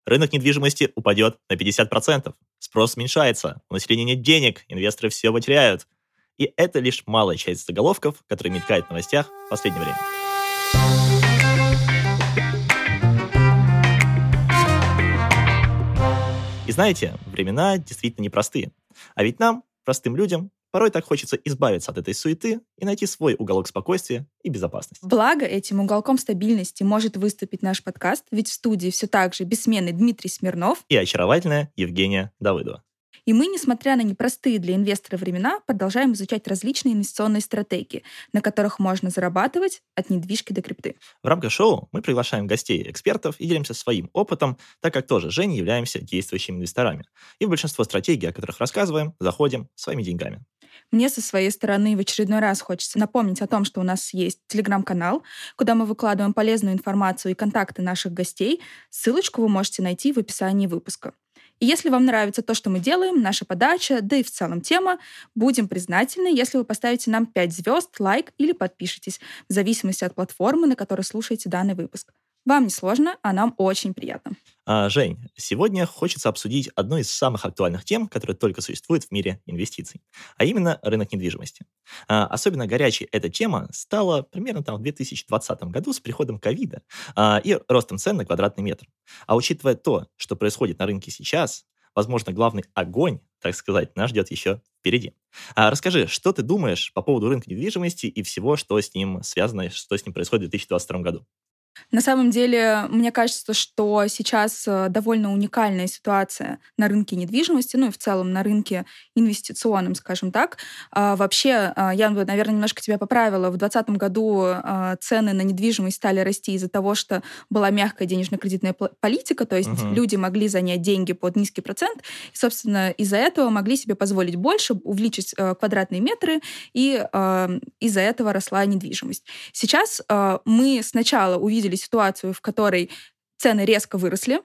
рынок недвижимости упадет на 50%. Спрос уменьшается, у населения нет денег, инвесторы все потеряют. И это лишь малая часть заголовков, которые мелькают в новостях в последнее время. И знаете, времена действительно непростые. А ведь нам, простым людям, порой так хочется избавиться от этой суеты и найти свой уголок спокойствия и безопасности. Благо, этим уголком стабильности может выступить наш подкаст, ведь в студии все так же бессменный Дмитрий Смирнов И очаровательная Евгения Давыдова. И мы, несмотря на непростые для инвестора времена, продолжаем изучать различные инвестиционные стратегии, на которых можно зарабатывать от недвижки до крипты. В рамках шоу мы приглашаем гостей, экспертов и делимся своим опытом, так как тоже Женя являемся действующими инвесторами. И в большинство стратегий, о которых рассказываем, заходим своими деньгами. Мне со своей стороны в очередной раз хочется напомнить о том, что у нас есть телеграм-канал, куда мы выкладываем полезную информацию и контакты наших гостей. Ссылочку вы можете найти в описании выпуска. И если вам нравится то, что мы делаем, наша подача, да и в целом тема, будем признательны, если вы поставите нам 5 звезд, лайк или подпишитесь, в зависимости от платформы, на которой слушаете данный выпуск. Вам не сложно, а нам очень приятно. Жень, сегодня хочется обсудить одну из самых актуальных тем, которая только существует в мире инвестиций, а именно рынок недвижимости. Особенно горячей эта тема стала примерно в 2020 году с приходом ковида и ростом цен на квадратный метр. А учитывая то, что происходит на рынке сейчас, возможно, главный огонь, так сказать, нас ждет еще впереди. Расскажи, что ты думаешь по поводу рынка недвижимости и всего, что с ним связано, что с ним происходит в 2022 году? На самом деле, мне кажется, что сейчас довольно уникальная ситуация на рынке недвижимости, ну и в целом на рынке инвестиционном, скажем так. Вообще, я, наверное, немножко тебя поправила. В 2020 году цены на недвижимость стали расти из-за того, что была мягкая денежно-кредитная политика, то есть люди могли занять деньги под низкий процент, и, собственно, из-за этого могли себе позволить больше, увеличить квадратные метры, и из-за этого росла недвижимость. Сейчас мы сначала увидели ситуацию, в которой цены резко выросли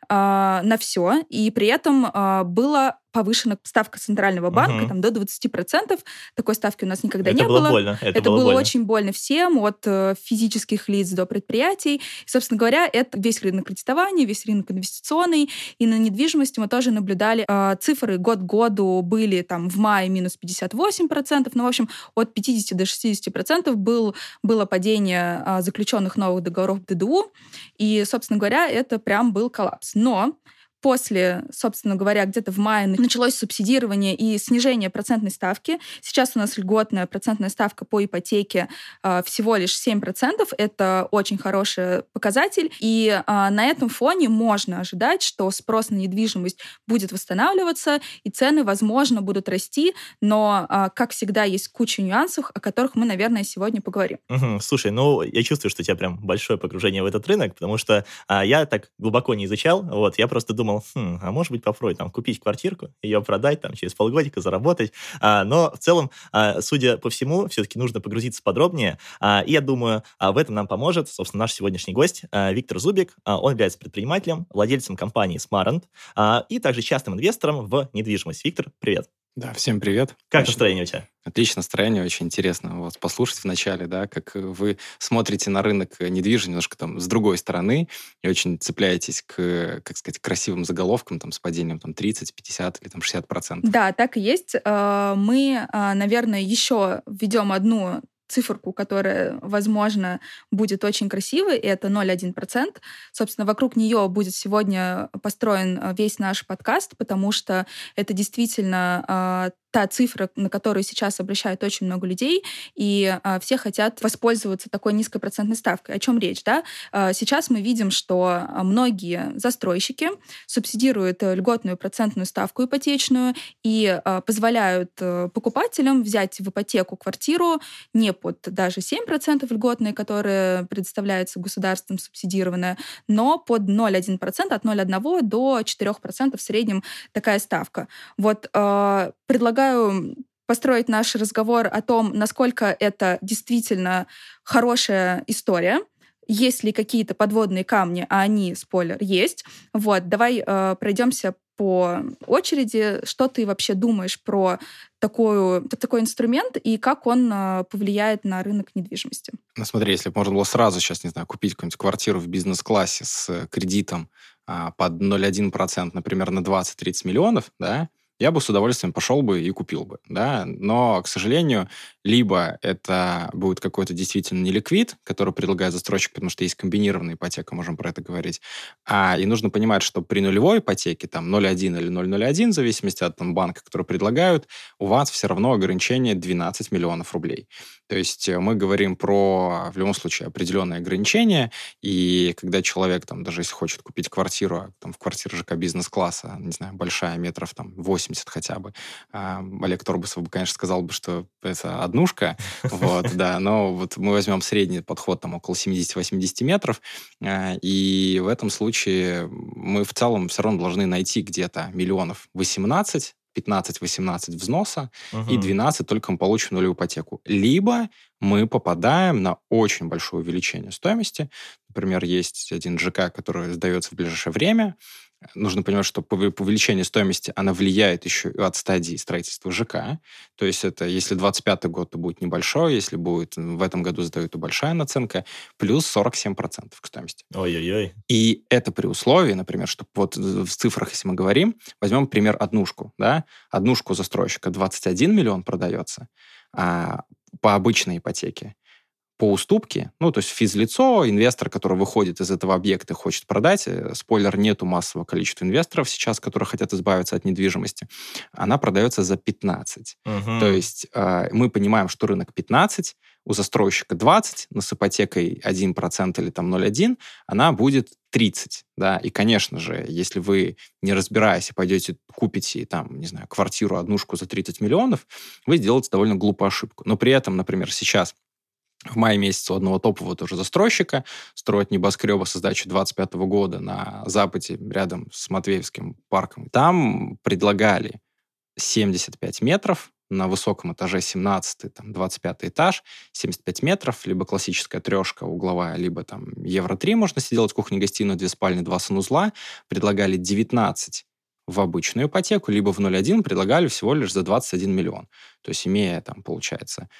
на все, и при этом была повышена ставка Центрального банка до 20%. Такой ставки у нас никогда не было. Больно. Это было очень больно всем, от физических лиц до предприятий. И, собственно говоря, это весь рынок кредитования, весь рынок инвестиционный. И на недвижимости мы тоже наблюдали цифры год к году были в мае минус 58%. Ну, в общем, от 50 до 60% было падение заключенных новых договоров ДДУ. И, собственно говоря, это прям был коллапс. Но после, собственно говоря, где-то в мае началось субсидирование и снижение процентной ставки. Сейчас у нас льготная процентная ставка по ипотеке всего лишь 7%. Это очень хороший показатель. И на этом фоне можно ожидать, что спрос на недвижимость будет восстанавливаться, и цены, возможно, будут расти. Но, как всегда, есть куча нюансов, о которых мы, наверное, сегодня поговорим. Слушай, я чувствую, что у тебя прям большое погружение в этот рынок, потому что я так глубоко не изучал. Я просто думал, а может быть попробовать купить квартирку, ее продать, через полгодика заработать. Но в целом, судя по всему, все-таки нужно погрузиться подробнее. И я думаю, в этом нам поможет, собственно, наш сегодняшний гость Виктор Зубик. Он является предпринимателем, владельцем компании Smarant и также частным инвестором в недвижимость. Виктор, привет. Да, всем привет. Как настроение у тебя? Отлично настроение, очень интересно вас послушать вначале, как вы смотрите на рынок недвижимости немножко с другой стороны и очень цепляетесь к, красивым заголовкам с падением 30, 50 или 60%. Да, так и есть. Мы, наверное, еще введем одну циферку, которая, возможно, будет очень красивой, и это 0,1%. Собственно, вокруг нее будет сегодня построен весь наш подкаст, потому что это действительно та цифра, на которую сейчас обращают очень много людей, и все хотят воспользоваться такой низкой процентной ставкой. О чем речь, да? Сейчас мы видим, что многие застройщики субсидируют льготную процентную ставку ипотечную и позволяют покупателям взять в ипотеку квартиру не под даже 7% льготной, которая предоставляется государством субсидированная, но под 0,1%, от 0,1 до 4% в среднем такая ставка. Предлагаю построить наш разговор о том, насколько это действительно хорошая история, есть ли какие-то подводные камни, а они, спойлер, есть. Давай пройдемся по очереди, что ты вообще думаешь про такой инструмент и как он повлияет на рынок недвижимости? Ну, смотри, если бы можно было сразу сейчас, не знаю, купить какую-нибудь квартиру в бизнес-классе с кредитом под 0,1%, например, на 20-30 миллионов, да, я бы с удовольствием пошел бы и купил бы, да, но, к сожалению, либо это будет какой-то действительно неликвид, который предлагает застройщик, потому что есть комбинированная ипотека, можем про это говорить, и нужно понимать, что при нулевой ипотеке, там, 0,1 или 0,01, в зависимости от там, банка, который предлагают, у вас все равно ограничение 12 миллионов рублей. То есть мы говорим про, в любом случае, определенные ограничения, и когда человек, там, даже если хочет купить квартиру, там, в квартире ЖК бизнес-класса, не знаю, большая, метров там 80 хотя бы, Олег Торбусов бы, конечно, сказал бы, что это однушка, вот, да, но вот мы возьмем средний подход, там, около 70-80 метров, и в этом случае мы в целом все равно должны найти где-то миллионов 18, 15-18 взноса и 12 только мы получим нулевую ипотеку. Либо мы попадаем на очень большое увеличение стоимости. Например, есть один ЖК, который сдается в ближайшее время. Нужно понимать, что увеличение стоимости, она влияет еще и от стадии строительства ЖК. То есть это, если 25 год, то будет небольшой, если будет в этом году сдают, то большая наценка, плюс 47% к стоимости. Ой-ой-ой. И это при условии, например, что вот в цифрах, если мы говорим, возьмем, например, однушку, да, однушку застройщика 21 миллион продается по обычной ипотеке. По уступке, ну, то есть физлицо, инвестор, который выходит из этого объекта и хочет продать, спойлер, нету массового количества инвесторов сейчас, которые хотят избавиться от недвижимости, она продается за 15. То есть мы понимаем, что рынок 15, у застройщика 20, но с ипотекой 1% или там 0,1, она будет 30, да, и, конечно же, если вы, не разбираясь, пойдете купите, там, не знаю, квартиру, однушку за 30 миллионов, вы сделаете довольно глупую ошибку. Но при этом, например, сейчас в мае месяце у одного топового тоже застройщика строят небоскребы со сдачей 2025 года на Западе, рядом с Матвеевским парком. Там предлагали 75 метров, на высоком этаже 17, там, 25 этаж, 75 метров, либо классическая трешка угловая, либо там Евро-3 можно сделать, кухня-гостиную, 2 спальни, 2 санузла. Предлагали 19 в обычную ипотеку, либо в 0,1 предлагали всего лишь за 21 миллион. То есть, имея, там, получается,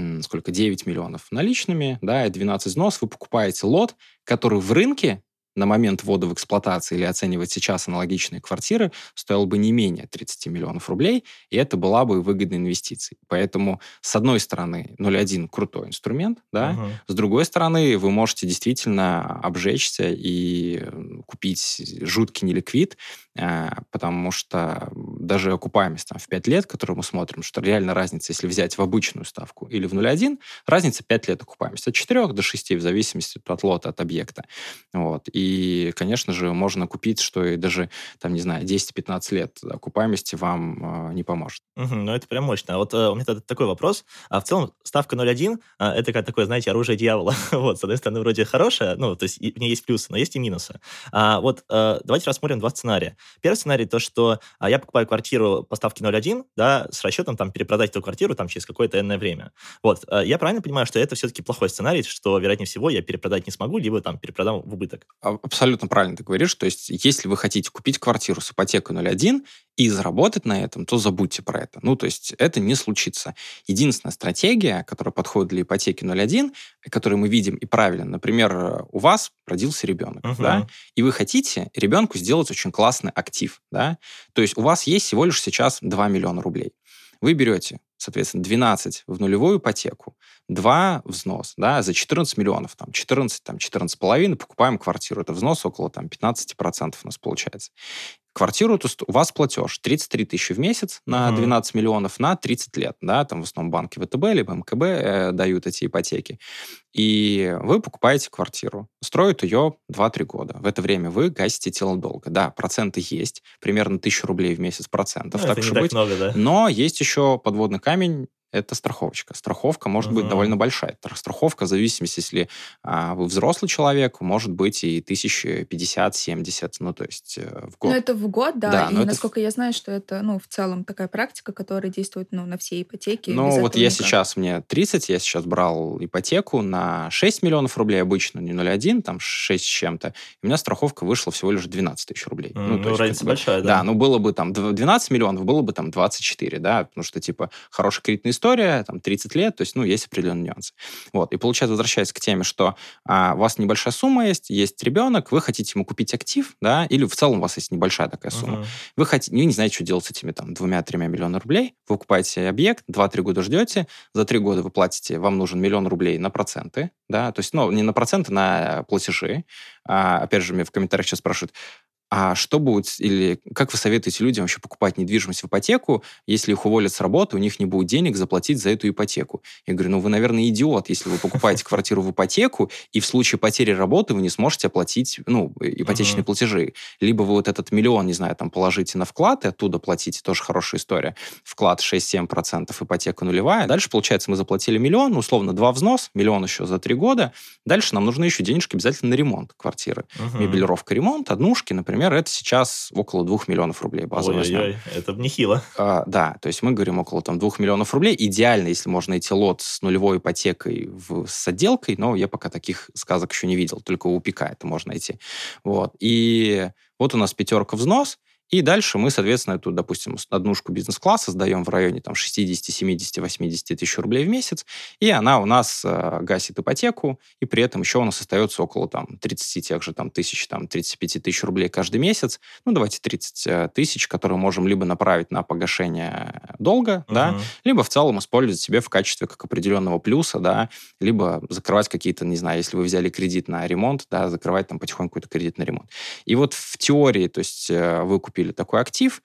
9 миллионов наличными, да, и 12 взнос, вы покупаете лот, который в рынке на момент ввода в эксплуатацию или оценивать сейчас аналогичные квартиры стоил бы не менее 30 миллионов рублей, и это была бы выгодной инвестицией. Поэтому, с одной стороны, 0,1 крутой инструмент, да, с другой стороны, вы можете действительно обжечься и купить жуткий неликвид, потому что даже окупаемость там, в 5 лет, которую мы смотрим, что реально разница, если взять в обычную ставку или в 0,1, разница 5 лет окупаемости. От 4 до 6, в зависимости от лота, от объекта. Вот. И, конечно же, можно купить, что и даже, там, не знаю, 10-15 лет окупаемости вам не поможет. Ну, это прям мощно. А вот у меня тогда такой вопрос. В целом, ставка 0,1 это как такое, знаете, оружие дьявола. Вот, с одной стороны, вроде хорошая, ну, то есть в ней есть плюсы, но есть и минусы. Давайте рассмотрим два сценария. Первый сценарий то, что я покупаю квартиру по ставке 0,1, да, с расчетом там перепродать эту квартиру там через какое-то энное время. Вот, я правильно понимаю, что это все-таки плохой сценарий, что, вероятнее всего, я перепродать не смогу, либо там перепродам в убыток? Абсолютно правильно ты говоришь. То есть, если вы хотите купить квартиру с ипотекой 0,1 и заработать на этом, то забудьте про это. Ну, то есть, это не случится. Единственная стратегия, которая подходит для ипотеки 0,1, которую мы видим и правильно, например, у вас родился ребенок, да, и вы хотите ребенку сделать очень классный актив, да, то есть у вас есть всего лишь сейчас 2 миллиона рублей. Вы берете, соответственно, 12 в нулевую ипотеку, 2 взнос, да, за 14 миллионов, там, 14, там, 14,5 покупаем квартиру. Это взнос около, там, 15% у нас получается. Квартиру, то у вас платеж 33 тысячи в месяц на 12 миллионов на 30 лет, да, там в основном банки ВТБ либо МКБ дают эти ипотеки. И вы покупаете квартиру, строят ее 2-3 года. В это время вы гасите тело долга. Да, проценты есть, примерно 1000 рублей в месяц процентов, Ну, так это уж не быть. так много, да. Но есть еще подводный камень, это страховочка. Страховка может быть довольно большая. Страховка, в зависимости, если вы взрослый человек, может быть и 1050-70, ну, то есть в год. Ну, это в год, да. Да, И насколько я знаю, что это, ну, в целом такая практика, которая действует, ну, на все ипотеки. Ну, без вот этого я никак. сейчас, мне 30, я сейчас брал ипотеку на 6 миллионов рублей обычно, не 0,1, там 6 с чем-то. И у меня страховка вышла всего лишь 12 тысяч рублей. Ну, то есть, разница большая, да. да. Ну, было бы там 12 миллионов, было бы там 24, да, потому что, типа, хорошая кредитная история, там, 30 лет, то есть, ну, есть определенные нюансы. Вот, и получается, возвращаясь к теме, что у вас небольшая сумма есть ребенок, вы хотите ему купить актив, да, или в целом у вас есть небольшая такая сумма. Вы не знаете, что делать с этими, там, 2-3 миллионами рублей, вы покупаете объект, 2-3 года ждете, за 3 года вы платите, вам нужен 1 миллион рублей на проценты, да, то есть, ну, не на проценты, на платежи. Опять же, мне в комментариях сейчас спрашивают, а что будет, или как вы советуете людям вообще покупать недвижимость в ипотеку, если их уволят с работы, у них не будет денег заплатить за эту ипотеку? Я говорю, ну вы, наверное, идиот, если вы покупаете квартиру в ипотеку, и в случае потери работы вы не сможете оплатить, ну, ипотечные платежи. Либо вы вот этот 1 миллион, не знаю, там, положите на вклад и оттуда платите, тоже хорошая история. Вклад 6-7%, ипотека нулевая. Дальше, получается, мы заплатили 1 миллион, условно, 2 взнос, 1 миллион еще за 3 года. Дальше нам нужны еще денежки обязательно на ремонт квартиры. Мебелировка, ремонт, однушки, например, это сейчас около 2 миллионов рублей базовая основа. Ой-ой-ой, это нехило. Да, то есть мы говорим около там 2 миллионов рублей. Идеально, если можно найти лот с нулевой ипотекой с отделкой, но я пока таких сказок еще не видел, только у ПИКа это можно найти. Вот. И вот у нас 5 взнос, и дальше мы, соответственно, эту, допустим, однушку бизнес-класса сдаем в районе там 60, 70, 80 тысяч рублей в месяц, и она у нас гасит ипотеку, и при этом еще у нас остается около там 30 тех же там тысяч, там 35 тысяч рублей каждый месяц. Ну, давайте 30 тысяч, которые можем либо направить на погашение долга, да, либо в целом использовать себе в качестве как определенного плюса, да, либо закрывать какие-то, не знаю, если вы взяли кредит на ремонт, да, закрывать там потихоньку какой-то кредит на ремонт. И вот в теории, то есть вы купили такой актив.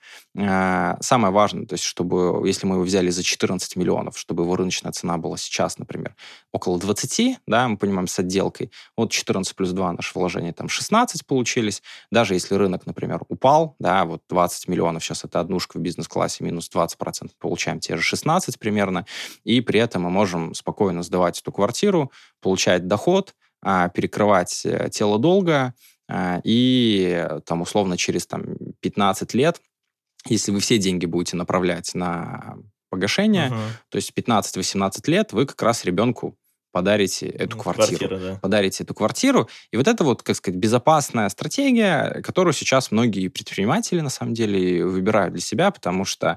Самое важное, то есть, чтобы, если мы его взяли за 14 миллионов, чтобы его рыночная цена была сейчас, например, около 20, да, мы понимаем, с отделкой, вот 14 плюс 2 наши вложения, там 16 получились. Даже если рынок, например, упал, да, вот 20 миллионов, сейчас это однушка в бизнес-классе, минус 20%, получаем те же 16 примерно, и при этом мы можем спокойно сдавать эту квартиру, получать доход, перекрывать тело долга, и там условно через там, 15 лет, если вы все деньги будете направлять на погашение, то есть 15-18 лет вы как раз ребенку подарите эту квартиру. Да. Подарите эту квартиру. И вот это вот, как сказать, безопасная стратегия, которую сейчас многие предприниматели, на самом деле, выбирают для себя, потому что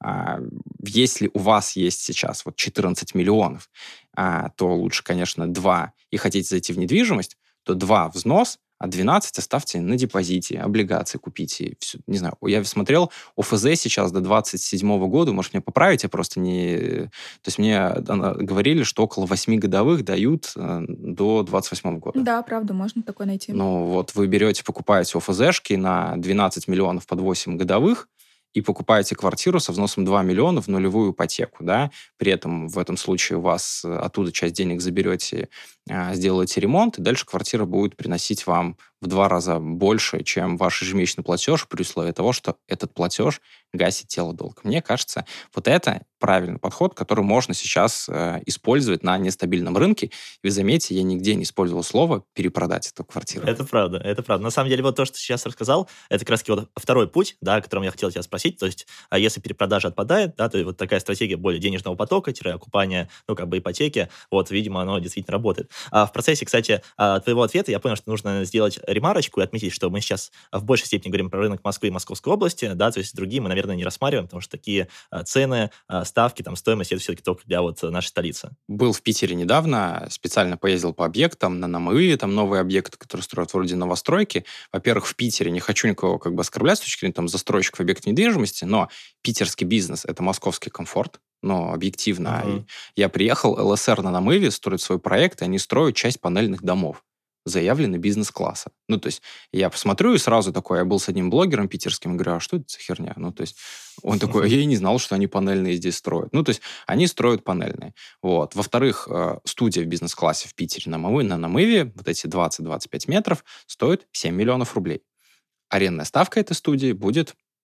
если у вас есть сейчас вот 14 миллионов, то лучше, конечно, 2, и хотите зайти в недвижимость, то 2 взнос, а 12 оставьте на депозите, облигации купите. Все, не знаю, я смотрел ОФЗ сейчас до 27 года, может, мне поправить, я просто не... То есть мне говорили, что около 8 годовых дают до 28 года. Да, правда, можно такое найти. Ну, вот вы берете, покупаете ОФЗшки на 12 миллионов под 8 годовых, и покупаете квартиру со взносом 2 миллиона в нулевую ипотеку, да, при этом в этом случае у вас оттуда часть денег заберете, сделаете ремонт, и дальше квартира будет приносить вам в 2 раза больше, чем ваш ежемесячный платеж, при условии того, что этот платеж гасит тело долга. Мне кажется, вот это правильный подход, который можно сейчас использовать на нестабильном рынке. И вы заметите, я нигде не использовал слово «перепродать эту квартиру». Это правда, это правда. На самом деле, вот то, что ты сейчас рассказал, это как раз вот второй путь, да, о котором я хотел тебя спросить. То есть, если перепродажа отпадает, да, то вот такая стратегия более денежного потока, окупания, ну, как бы ипотеки, вот, видимо, оно действительно работает. А в процессе, кстати, твоего ответа я понял, что нужно сделать ремарочку и отметить, что мы сейчас в большей степени говорим про рынок Москвы и Московской области, да, то есть другие мы, наверное, не рассматриваем, потому что такие цены, ставки, там, стоимость, это все-таки только для вот нашей столицы. Был в Питере недавно, специально поездил по объектам, на Намыве, там новые объекты, которые строят вроде новостройки. Во-первых, в Питере, не хочу никого как бы оскорблять с точки зрения там застройщиков объектов недвижимости, но питерский бизнес – это московский комфорт, но объективно. Я приехал, ЛСР на Намыве строит свой проект, и они строят часть панельных домов, заявлены бизнес-класса. Ну, то есть я посмотрю и сразу такой, я был с одним блогером питерским, говорю, а что это за херня? Ну, то есть он такой, я и не знал, что они панельные здесь строят. Ну, то есть они строят панельные. Вот. Во-вторых, студия в бизнес-классе в Питере на Намыве, вот эти 20-25 метров, стоит 7 миллионов рублей. Арендная ставка этой студии будет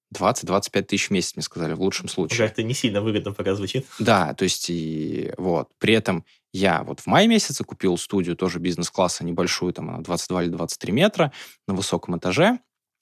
20-25 тысяч в месяц, мне сказали, в лучшем случае. Как-то не сильно выгодно пока звучит. Да, то есть и вот. При этом я вот в мае месяце купил студию тоже бизнес-класса небольшую, там она 22 или 23 метра на высоком этаже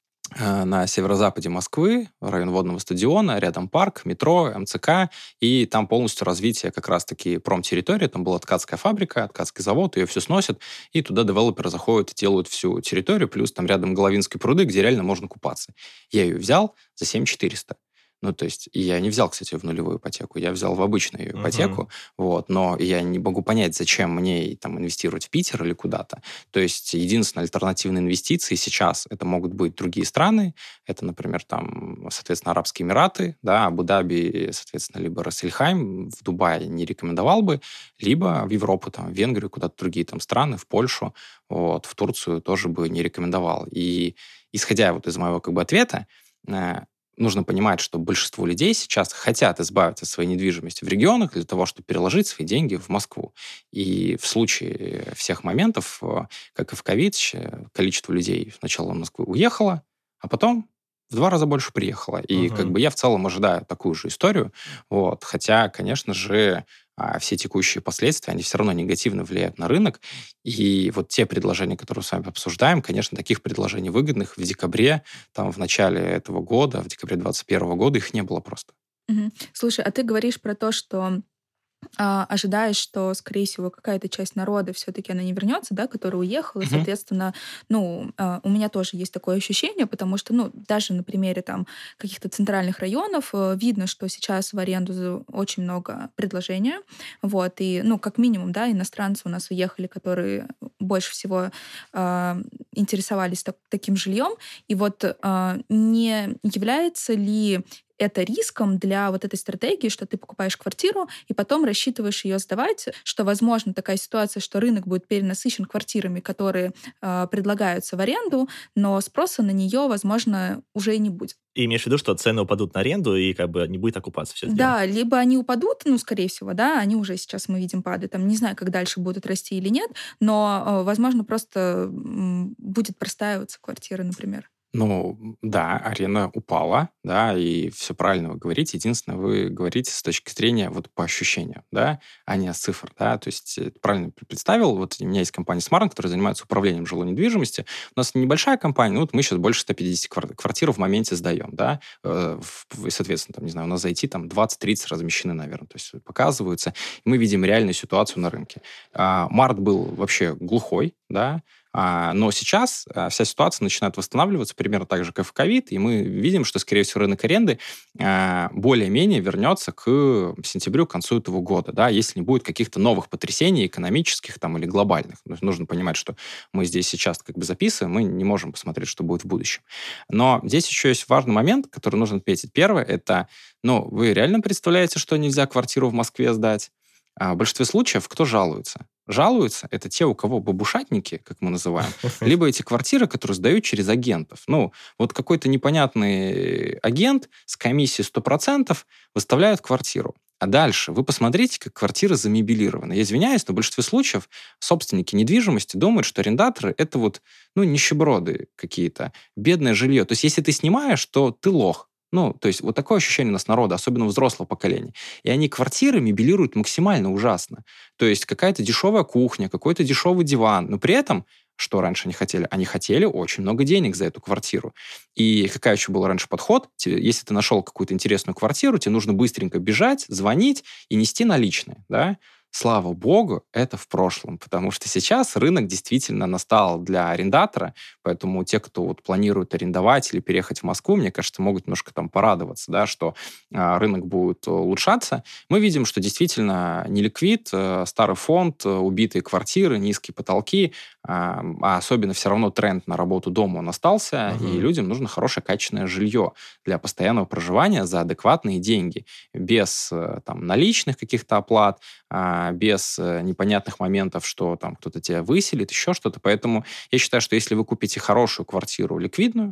на северо-западе Москвы, район водного стадиона, рядом парк, метро, МЦК, и там полностью развитие как раз-таки промтерритории. Там была ткацкая фабрика, ткацкий завод, ее все сносят, и туда девелоперы заходят и делают всю территорию, плюс там рядом Головинские пруды, где реально можно купаться. Я ее взял за 7400. Ну, то есть, и я не взял, кстати, в нулевую ипотеку, я взял в обычную ипотеку, вот, но я не могу понять, зачем мне там инвестировать в Питер или куда-то. То есть, единственная альтернативная инвестиции сейчас это могут быть другие страны, это, например, там, соответственно, Арабские Эмираты, да, Абу-Даби, соответственно, либо Рассельхайм, в Дубае не рекомендовал бы, либо в Европу, там, в Венгрию, куда-то другие там страны, в Польшу, вот, в Турцию тоже бы не рекомендовал. И исходя вот из моего как бы ответа, нужно понимать, что большинство людей сейчас хотят избавиться от своей недвижимости в регионах для того, чтобы переложить свои деньги в Москву. И в случае всех моментов, как и в ковид, количество людей сначала в Москву уехало, а потом в 2 раза больше приехало. И как бы я в целом ожидаю такую же историю. Вот. Хотя, конечно же, все текущие последствия, они все равно негативно влияют на рынок. И вот те предложения, которые мы с вами обсуждаем, конечно, таких предложений выгодных в декабре, там, в начале этого года, в декабре 2021 года их не было просто. Слушай, а ты говоришь про то, что ожидаешь, что, скорее всего, какая-то часть народа все-таки она не вернется, да, которая уехала, и, соответственно, ну, у меня тоже есть такое ощущение, потому что, ну, даже на примере там каких-то центральных районов видно, что сейчас в аренду очень много предложения, вот, и, ну, как минимум, да, иностранцы у нас уехали, которые больше всего интересовались таким жильем, и вот не является ли это риском для вот этой стратегии, что ты покупаешь квартиру и потом рассчитываешь ее сдавать, что, возможно, такая ситуация, что рынок будет перенасыщен квартирами, которые предлагаются в аренду, но спроса на нее, возможно, уже и не будет. И имеешь в виду, что цены упадут на аренду, и как бы не будет окупаться все это дело? Да, либо они упадут, ну, скорее всего, да, они уже сейчас, мы видим, падают. Там, не знаю, как дальше будут расти или нет, но, возможно, просто будет простаиваться квартира, например. Ну, да, арена упала, да, и все правильно вы говорите. Единственное, вы говорите с точки зрения вот по ощущениям, да, а не с цифр, да. То есть правильно представил. Вот у меня есть компания Smart, которая занимается управлением жилой недвижимости. У нас небольшая компания, ну, вот мы сейчас больше 150 квартир в моменте сдаем, да. И, соответственно, там, не знаю, у нас зайти там 20-30 размещены, наверное, то есть показываются. И мы видим реальную ситуацию на рынке. Март был вообще глухой, да, но сейчас вся ситуация начинает восстанавливаться примерно так же, как в ковид, и мы видим, что, скорее всего, рынок аренды более-менее вернется к сентябрю, к концу этого года, да, если не будет каких-то новых потрясений экономических там, или глобальных. Нужно понимать, что мы здесь сейчас как бы записываем, мы не можем посмотреть, что будет в будущем. Но здесь еще есть важный момент, который нужно отметить. Первое, это, ну, вы реально представляете, что нельзя квартиру в Москве сдать? В большинстве случаев кто жалуется? Жалуются — это те, у кого бабушатники, как мы называем, либо эти квартиры, которые сдают через агентов. Ну, вот какой-то непонятный агент с комиссией 100% выставляет квартиру. А дальше вы посмотрите, как квартиры замебелированы. Я извиняюсь, но в большинстве случаев собственники недвижимости думают, что арендаторы — это вот, ну, нищеброды какие-то, бедное жилье. То есть если ты снимаешь, то ты лох. Ну, то есть вот такое ощущение у нас народа, особенно взрослого поколения. И они квартиры мебелируют максимально ужасно. То есть какая-то дешевая кухня, какой-то дешевый диван. Но при этом, что раньше они хотели? Они хотели очень много денег за эту квартиру. И какая еще был раньше подход? Если ты нашел какую-то интересную квартиру, тебе нужно быстренько бежать, звонить и нести наличные, да? Слава богу, это в прошлом, потому что сейчас рынок действительно настал для арендатора, поэтому те, кто вот планирует арендовать или переехать в Москву, мне кажется, могут немножко там порадоваться, да, что рынок будет улучшаться. Мы видим, что действительно неликвид, старый фонд, убитые квартиры, низкие потолки, а особенно все равно тренд на работу дома он остался, и людям нужно хорошее качественное жилье для постоянного проживания за адекватные деньги, без там наличных каких-то оплат, без непонятных моментов, что там кто-то тебя выселит, еще что-то. Поэтому я считаю, что если вы купите хорошую квартиру ликвидную,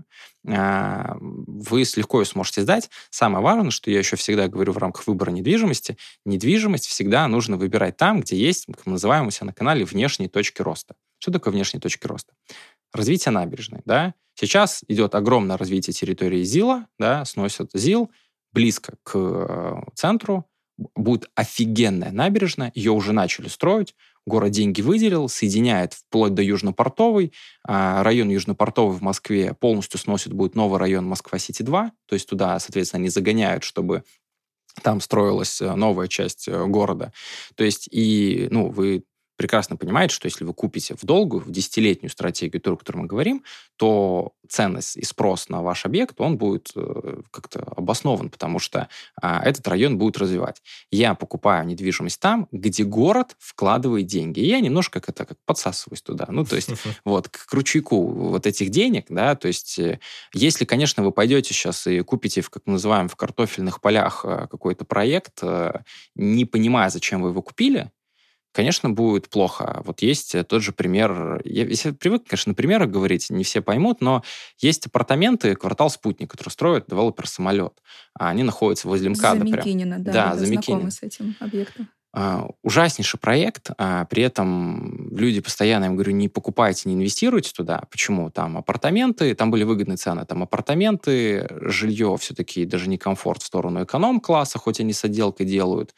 вы легко ее сможете сдать. Самое важное, что я еще всегда говорю в рамках выбора недвижимости, недвижимость всегда нужно выбирать там, где есть, как мы называем у себя на канале, внешние точки роста. Что такое внешние точки роста? Развитие набережной, да? Сейчас идет огромное развитие территории ЗИЛа, да, сносят ЗИЛ близко к центру, будет офигенная набережная, ее уже начали строить, город деньги выделил, соединяет вплоть до Южнопортовой, район Южнопортовый в Москве полностью сносит, будет новый район Москва-Сити-2, то есть туда, соответственно, они загоняют, чтобы там строилась новая часть города. То есть, и, ну, вы прекрасно понимаете, что если вы купите в долгую, в десятилетнюю стратегию, ту, о которой мы говорим, то ценность и спрос на ваш объект, он будет как-то обоснован, потому что этот район будет развивать. Я покупаю недвижимость там, где город вкладывает деньги. И я немножко как подсасываюсь туда. Ну, то есть, вот, к ручейку вот этих денег, да, то есть, если, конечно, вы пойдете сейчас и купите, как мы называем, в картофельных полях какой-то проект, не понимая, зачем вы его купили, конечно, будет плохо. Вот есть тот же пример. Если привык, конечно, на примерах говорить, не все поймут, но есть апартаменты, квартал «Спутник», который строит девелопер «Самолет». Они находятся возле МКАДа. За Микинина, да, за знакомы с этим объектом. Ужаснейший проект, при этом люди постоянно, я им говорю, не покупайте, не инвестируйте туда. Почему? Там апартаменты, там были выгодные цены, там апартаменты, жилье все-таки даже не комфорт в сторону эконом-класса, хоть они с отделкой делают.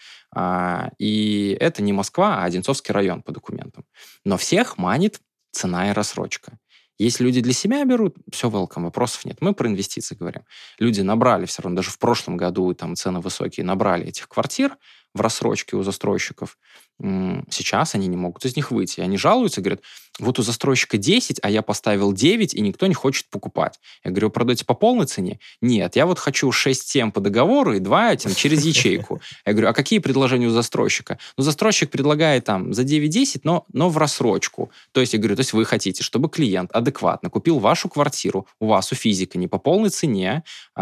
И это не Москва, а Одинцовский район по документам. Но всех манит цена и рассрочка. Если люди для себя берут, все welcome, вопросов нет. Мы про инвестиции говорим. Люди набрали все равно, даже в прошлом году там цены высокие, набрали этих квартир в рассрочке у застройщиков. Сейчас они не могут из них выйти. Они жалуются, говорят, вот у застройщика 10, а я поставил 9, и никто не хочет покупать. Я говорю, продаете по полной цене? Нет, я вот хочу 6-7 по договору и 2 через ячейку. Я говорю, а какие предложения у застройщика? Ну, застройщик предлагает там за 9-10, но в рассрочку. То есть, я говорю, то есть вы хотите, чтобы клиент адекватно купил вашу квартиру, у вас, у физика, не по полной цене,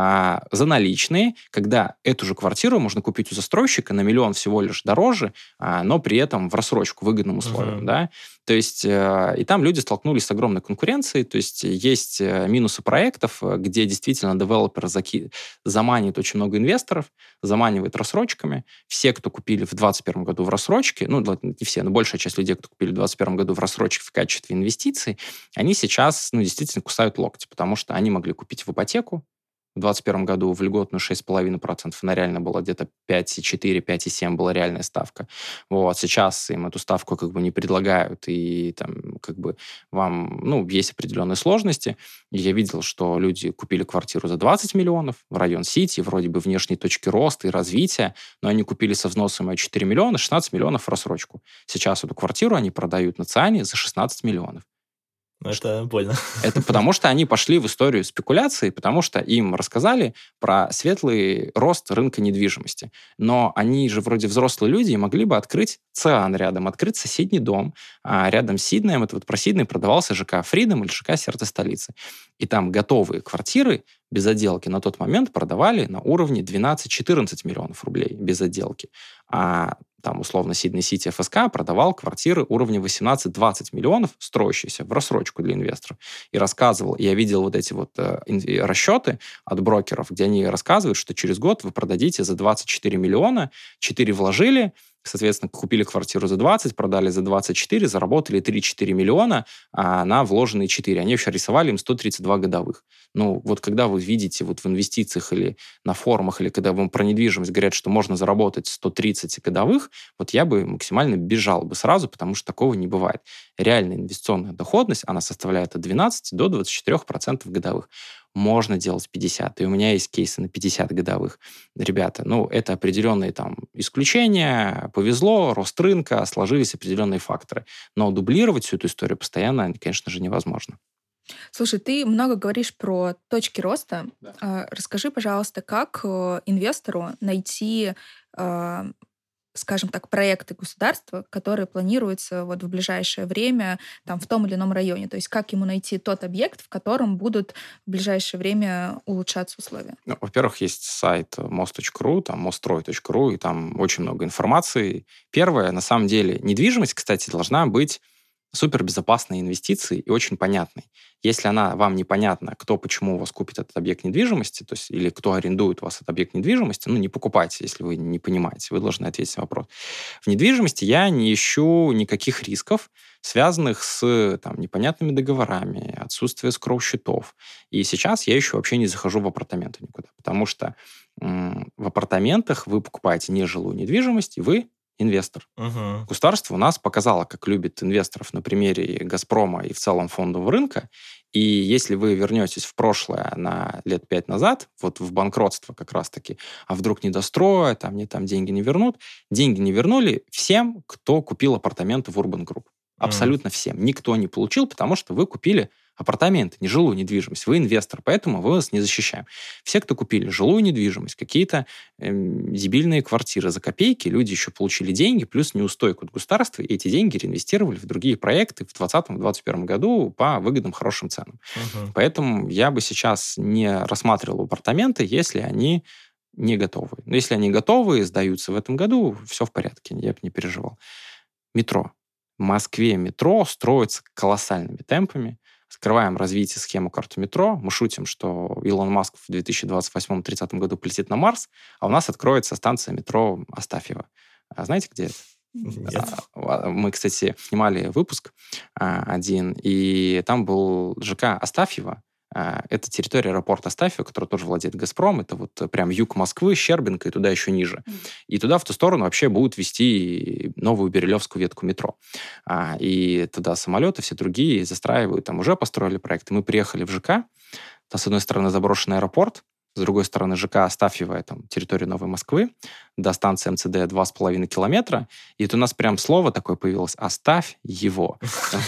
за наличные, когда эту же квартиру можно купить у застройщика на 1 миллион всего лишь дороже, но при этом в рассрочку, выгодным условиям, да. То есть, и там люди столкнулись с огромной конкуренцией, то есть, есть минусы проектов, где действительно девелопер заманивает очень много инвесторов, заманивает рассрочками. Все, кто купили в 2021 году в рассрочке, ну, не все, но большая часть людей, кто купили в 2021 году в рассрочке в качестве инвестиций, они сейчас, ну, действительно кусают локти, потому что они могли купить в ипотеку, в 2021 году в льготную 6,5%, она реально была где-то 5,4, 5,7 была реальная ставка. Вот. Сейчас им эту ставку как бы не предлагают, и там как бы вам, ну, есть определенные сложности. И я видел, что люди купили квартиру за 20 миллионов в район Сити, вроде бы внешние точки роста и развития, но они купили со взносом 4 миллиона, 16 миллионов в рассрочку. Сейчас эту квартиру они продают на ЦИАНе за 16 миллионов. Ну, это больно. Это потому, что они пошли в историю спекуляции, потому что им рассказали про светлый рост рынка недвижимости. Но они же вроде взрослые люди и могли бы открыть ЦИАН рядом, открыть соседний дом. А рядом с Сиднеем, это вот про Сидней продавался ЖК «Фридом» или ЖК «Сердце столицы». И там готовые квартиры без отделки на тот момент продавали на уровне 12-14 миллионов рублей без отделки. А там, условно, Сидней Сити ФСК продавал квартиры уровня 18-20 миллионов, строящиеся в рассрочку для инвесторов. И рассказывал, я видел вот эти вот расчеты от брокеров, где они рассказывают, что через год вы продадите за 24 миллиона, 4 вложили, соответственно, купили квартиру за 20, продали за 24, заработали 3-4 миллиона на вложенные 4. Они вообще рисовали им 132 годовых. Ну, вот когда вы видите вот в инвестициях или на форумах, или когда вам про недвижимость говорят, что можно заработать 130 годовых, вот я бы максимально бежал бы сразу, потому что такого не бывает. Реальная инвестиционная доходность, она составляет от 12 до 24% годовых. Можно делать 50, и у меня есть кейсы на 50 годовых. Ребята, ну, это определенные там исключения, повезло, рост рынка, сложились определенные факторы. Но дублировать всю эту историю постоянно, конечно же, невозможно. Слушай, ты много говоришь про точки роста. Да. Расскажи, пожалуйста, как инвестору найти, скажем так, проекты государства, которые планируются вот в ближайшее время там, в том или ином районе. То есть как ему найти тот объект, в котором будут в ближайшее время улучшаться условия? Ну, во-первых, есть сайт most.ru, там mostsтрой.ру, и там очень много информации. Первое, на самом деле, недвижимость, кстати, должна быть супербезопасной инвестицией и очень понятной. Если она вам непонятна, кто, почему у вас купит этот объект недвижимости, то есть, или кто арендует у вас этот объект недвижимости, не покупайте, если вы не понимаете. Вы должны ответить на вопрос. В недвижимости я не ищу никаких рисков, связанных с непонятными договорами, отсутствие скроу-счетов. И сейчас я еще вообще не захожу в апартаменты никуда, потому что в апартаментах вы покупаете нежилую недвижимость, и вы инвестор. Государство у нас показало, как любит инвесторов на примере «Газпрома» и в целом фондового рынка. И если вы вернетесь в прошлое на лет 5 назад, вот в банкротство как раз-таки, а вдруг не достроят, мне там деньги не вернут, деньги не вернули всем, кто купил апартаменты в Urban Group. Абсолютно всем. Никто не получил, потому что вы купили апартаменты, не жилую недвижимость. Вы инвестор, поэтому мы вас не защищаем. Все, кто купили жилую недвижимость, какие-то дебильные квартиры за копейки, люди еще получили деньги, плюс неустойку от государства, и эти деньги реинвестировали в другие проекты в 2020-2021 году по выгодным, хорошим ценам. Поэтому я бы сейчас не рассматривал апартаменты, если они не готовы. Но если они готовы, сдаются в этом году, все в порядке, я бы не переживал. Метро. В Москве метро строится колоссальными темпами. Скрываем развитие схемы карты метро. Мы шутим, что Илон Маск в 2028-30 году полетит на Марс, а у нас откроется станция метро Астафьево. А знаете, где это? Нет. Мы, кстати, снимали выпуск один, и там был ЖК Астафьево. Это территория аэропорта Астафьево, который тоже владеет «Газпром». Это вот прям юг Москвы, Щербинка и туда еще ниже. И туда, в ту сторону, вообще будут вести новую Бирюлевскую ветку метро. И туда самолеты, все другие застраивают. Там уже построили проект. И мы приехали в ЖК. Там, с одной стороны, заброшенный аэропорт, с другой стороны, ЖК Астафьево, территория Новой Москвы, до станции МЦД 2,5 километра. И это у нас прям слово такое появилось: «Оставь его».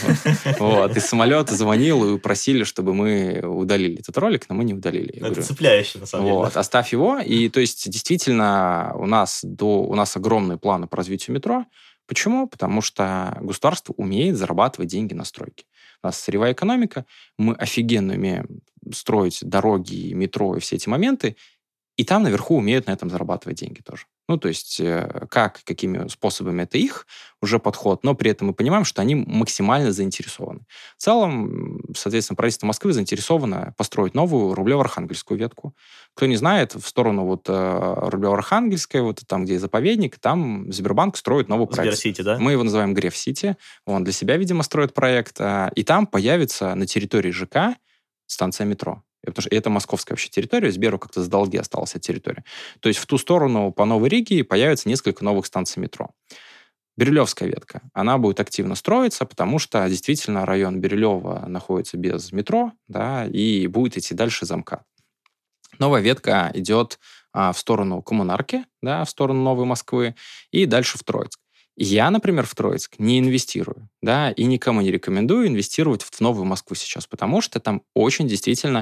И самолет звонил и просили, чтобы мы удалили этот ролик, но мы не удалили. Это цепляюще, на самом деле. «Оставь его». И то есть действительно у нас огромные планы по развитию метро. Почему? Потому что государство умеет зарабатывать деньги на стройке. У нас сырьевая экономика, мы офигенно умеем строить дороги, метро и все эти моменты, и там наверху умеют на этом зарабатывать деньги тоже. То есть какими способами это их уже подход, но при этом мы понимаем, что они максимально заинтересованы. В целом, соответственно, правительство Москвы заинтересовано построить новую Рублево-Архангельскую ветку. Кто не знает, в сторону Рублево-Архангельской, там, где заповедник, там Сбербанк строит новый проект. Сбер-Сити, да? Мы его называем Греф-Сити. Он для себя, видимо, строит проект. И там появится на территории ЖК станция метро. Потому что это московская вообще территория, Сберу как-то с долги осталась эта территория. То есть в ту сторону по Новой Риге появится несколько новых станций метро. Бирюлевская ветка, она будет активно строиться, потому что действительно район Бирюлева находится без метро, да, и будет идти дальше замкат. Новая ветка идет в сторону Коммунарки, да, в сторону Новой Москвы, и дальше в Троицк. Я, например, в Троицк не инвестирую, да, и никому не рекомендую инвестировать в Новую Москву сейчас, потому что там очень действительно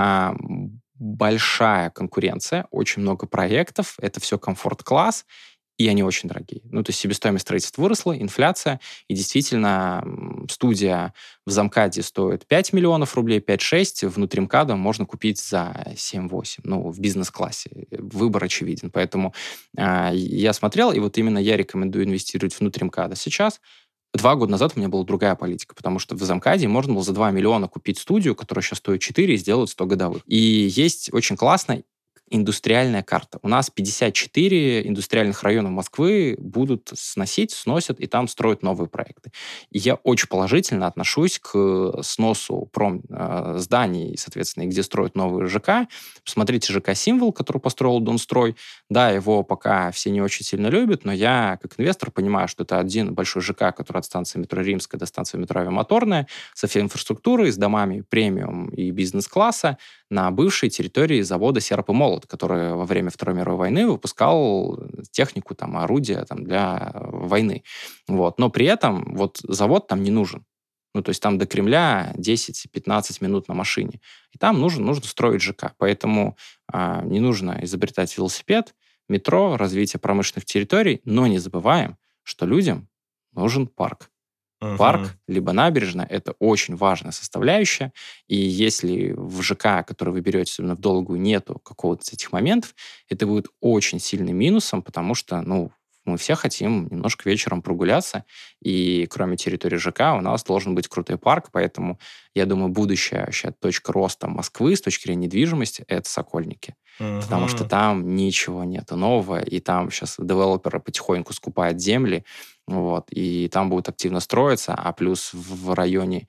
большая конкуренция, очень много проектов, это все комфорт-класс, и они очень дорогие. То есть себестоимость строительства выросла, инфляция, и действительно студия в Замкаде стоит 5 миллионов рублей, 5-6, внутри МКАДа можно купить за 7-8, в бизнес-классе. Выбор очевиден. Поэтому я смотрел, и вот именно я рекомендую инвестировать внутри МКАДа сейчас. 2 года назад у меня была другая политика, потому что в Замкаде можно было за 2 миллиона купить студию, которая сейчас стоит 4 и сделать 100 годовых. И есть очень классно индустриальная карта. У нас 54 индустриальных районов Москвы будут сносят, и там строят новые проекты. И я очень положительно отношусь к сносу зданий, соответственно, где строят новые ЖК. Посмотрите ЖК «Символ», который построил Донстрой. Да, его пока все не очень сильно любят, но я, как инвестор, понимаю, что это один большой ЖК, который от станции метро Римская до станции метро Авиамоторная, со всей инфраструктурой, с домами премиум и бизнес-класса на бывшей территории завода «Серп и молот», который во время Второй мировой войны выпускал технику, орудия для войны. Но при этом завод там не нужен. То есть там до Кремля 10-15 минут на машине. И там нужно строить ЖК. Поэтому не нужно изобретать велосипед, метро, развитие промышленных территорий, но не забываем, что людям нужен парк. Парк, либо набережная, это очень важная составляющая. И если в ЖК, который вы берете, особенно в долгую, нету какого-то из этих моментов, это будет очень сильным минусом, потому что, Мы все хотим немножко вечером прогуляться, и кроме территории ЖК у нас должен быть крутой парк, поэтому, я думаю, будущая вообще точка роста Москвы с точки зрения недвижимости — это Сокольники. Потому что Мгм. там ничего нету нового, и там сейчас девелоперы потихоньку скупают земли, вот, и там будут активно строиться, а плюс в районе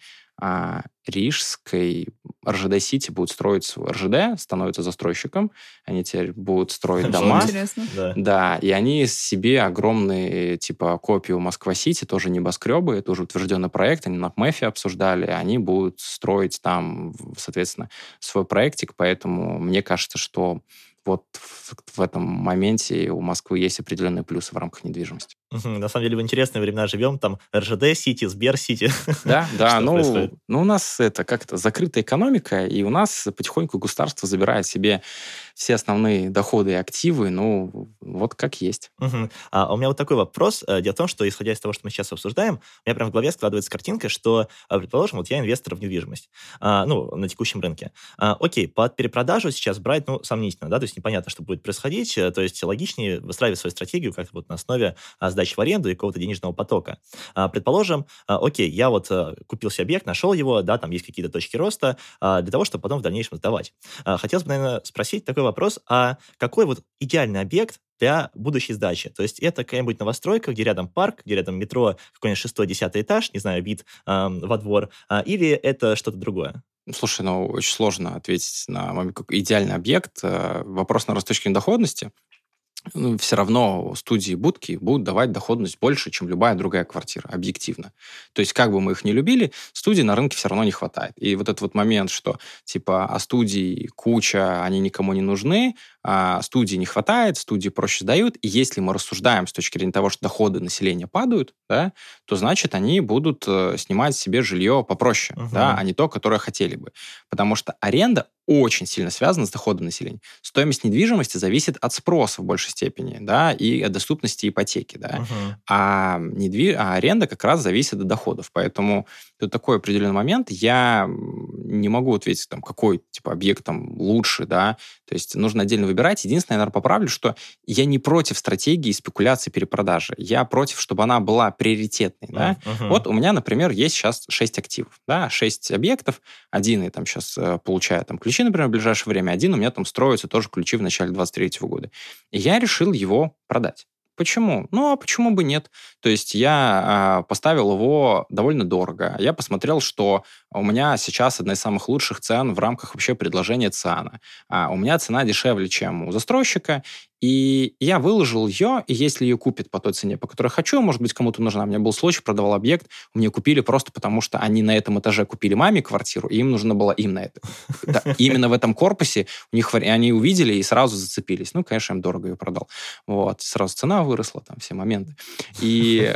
Рижской РЖД-Сити будут строить РЖД, становится застройщиком, они теперь будут строить Очень дома, интересно. Да. да, и они себе огромные, типа, копию Москва-Сити, тоже небоскребы, это уже утвержденный проект, они на МЭФе обсуждали, они будут строить там, соответственно, свой проектик, поэтому мне кажется, что вот в этом моменте у Москвы есть определенные плюсы в рамках недвижимости. На самом деле в интересные времена живем, там РЖД-сити, Сбер-сити. Да, да, Что происходит? у нас это как-то закрытая экономика, и у нас потихоньку государство забирает себе все основные доходы и активы, ну, вот как есть. У меня вот такой вопрос. Дело в том, что, исходя из того, что мы сейчас обсуждаем, у меня прям в голове складывается картинка, что, предположим, вот я инвестор в недвижимость, на текущем рынке. Окей, под перепродажу сейчас брать, сомнительно, да, то есть непонятно, что будет происходить, то есть логичнее выстраивать свою стратегию как-то вот на основе сдачи в аренду и какого-то денежного потока. Предположим, окей, я вот купил себе объект, нашел его, да, там есть какие-то точки роста, для того, чтобы потом в дальнейшем сдавать. Хотелось бы, наверное, спросить такой вопрос, а какой вот идеальный объект для будущей сдачи? То есть это какая-нибудь новостройка, где рядом парк, где рядом метро, какой-нибудь 6-10 этаж, не знаю, вид во двор, или это что-то другое? Слушай, очень сложно ответить на идеальный объект. Вопрос, наверное, с точки зрения доходности. Все равно студии и будки будут давать доходность больше, чем любая другая квартира, объективно. То есть, как бы мы их ни любили, студий на рынке все равно не хватает. И вот этот вот момент, что, типа, студий куча, они никому не нужны, студий не хватает, студии проще сдают, и если мы рассуждаем с точки зрения того, что доходы населения падают, да, то, значит, они будут снимать себе жилье попроще, да, а не то, которое хотели бы. Потому что аренда очень сильно связана с доходом населения. Стоимость недвижимости зависит от спроса в большей степени, да, и от доступности ипотеки, да. А аренда как раз зависит от доходов. Поэтому тут такой определенный момент. Я не могу ответить, там, какой типа объект там лучше, да. То есть нужно отдельно выбирать. Единственное, я, наверное, поправлю, что я не против стратегии спекуляции перепродажи. Я против, чтобы она была приоритетной, да. Вот у меня, например, есть сейчас 6 активов, да, 6 объектов. Один я там сейчас получаю там ключи, например, в ближайшее время. Один у меня там строится тоже ключи в начале 23 года. И я решил его продать. Почему? А почему бы нет? То есть я поставил его довольно дорого. Я посмотрел, что у меня сейчас одна из самых лучших цен в рамках вообще предложения ЦИАНа. У меня цена дешевле, чем у застройщика. И я выложил ее, и если ее купят по той цене, по которой хочу, может быть, кому-то нужна. У меня был случай, продавал объект, мне купили просто потому, что они на этом этаже купили маме квартиру, и им нужно было им на это. Да, именно в этом корпусе у них они увидели и сразу зацепились. Конечно, им дорого ее продал. Вот. Сразу цена выросла, там все моменты. И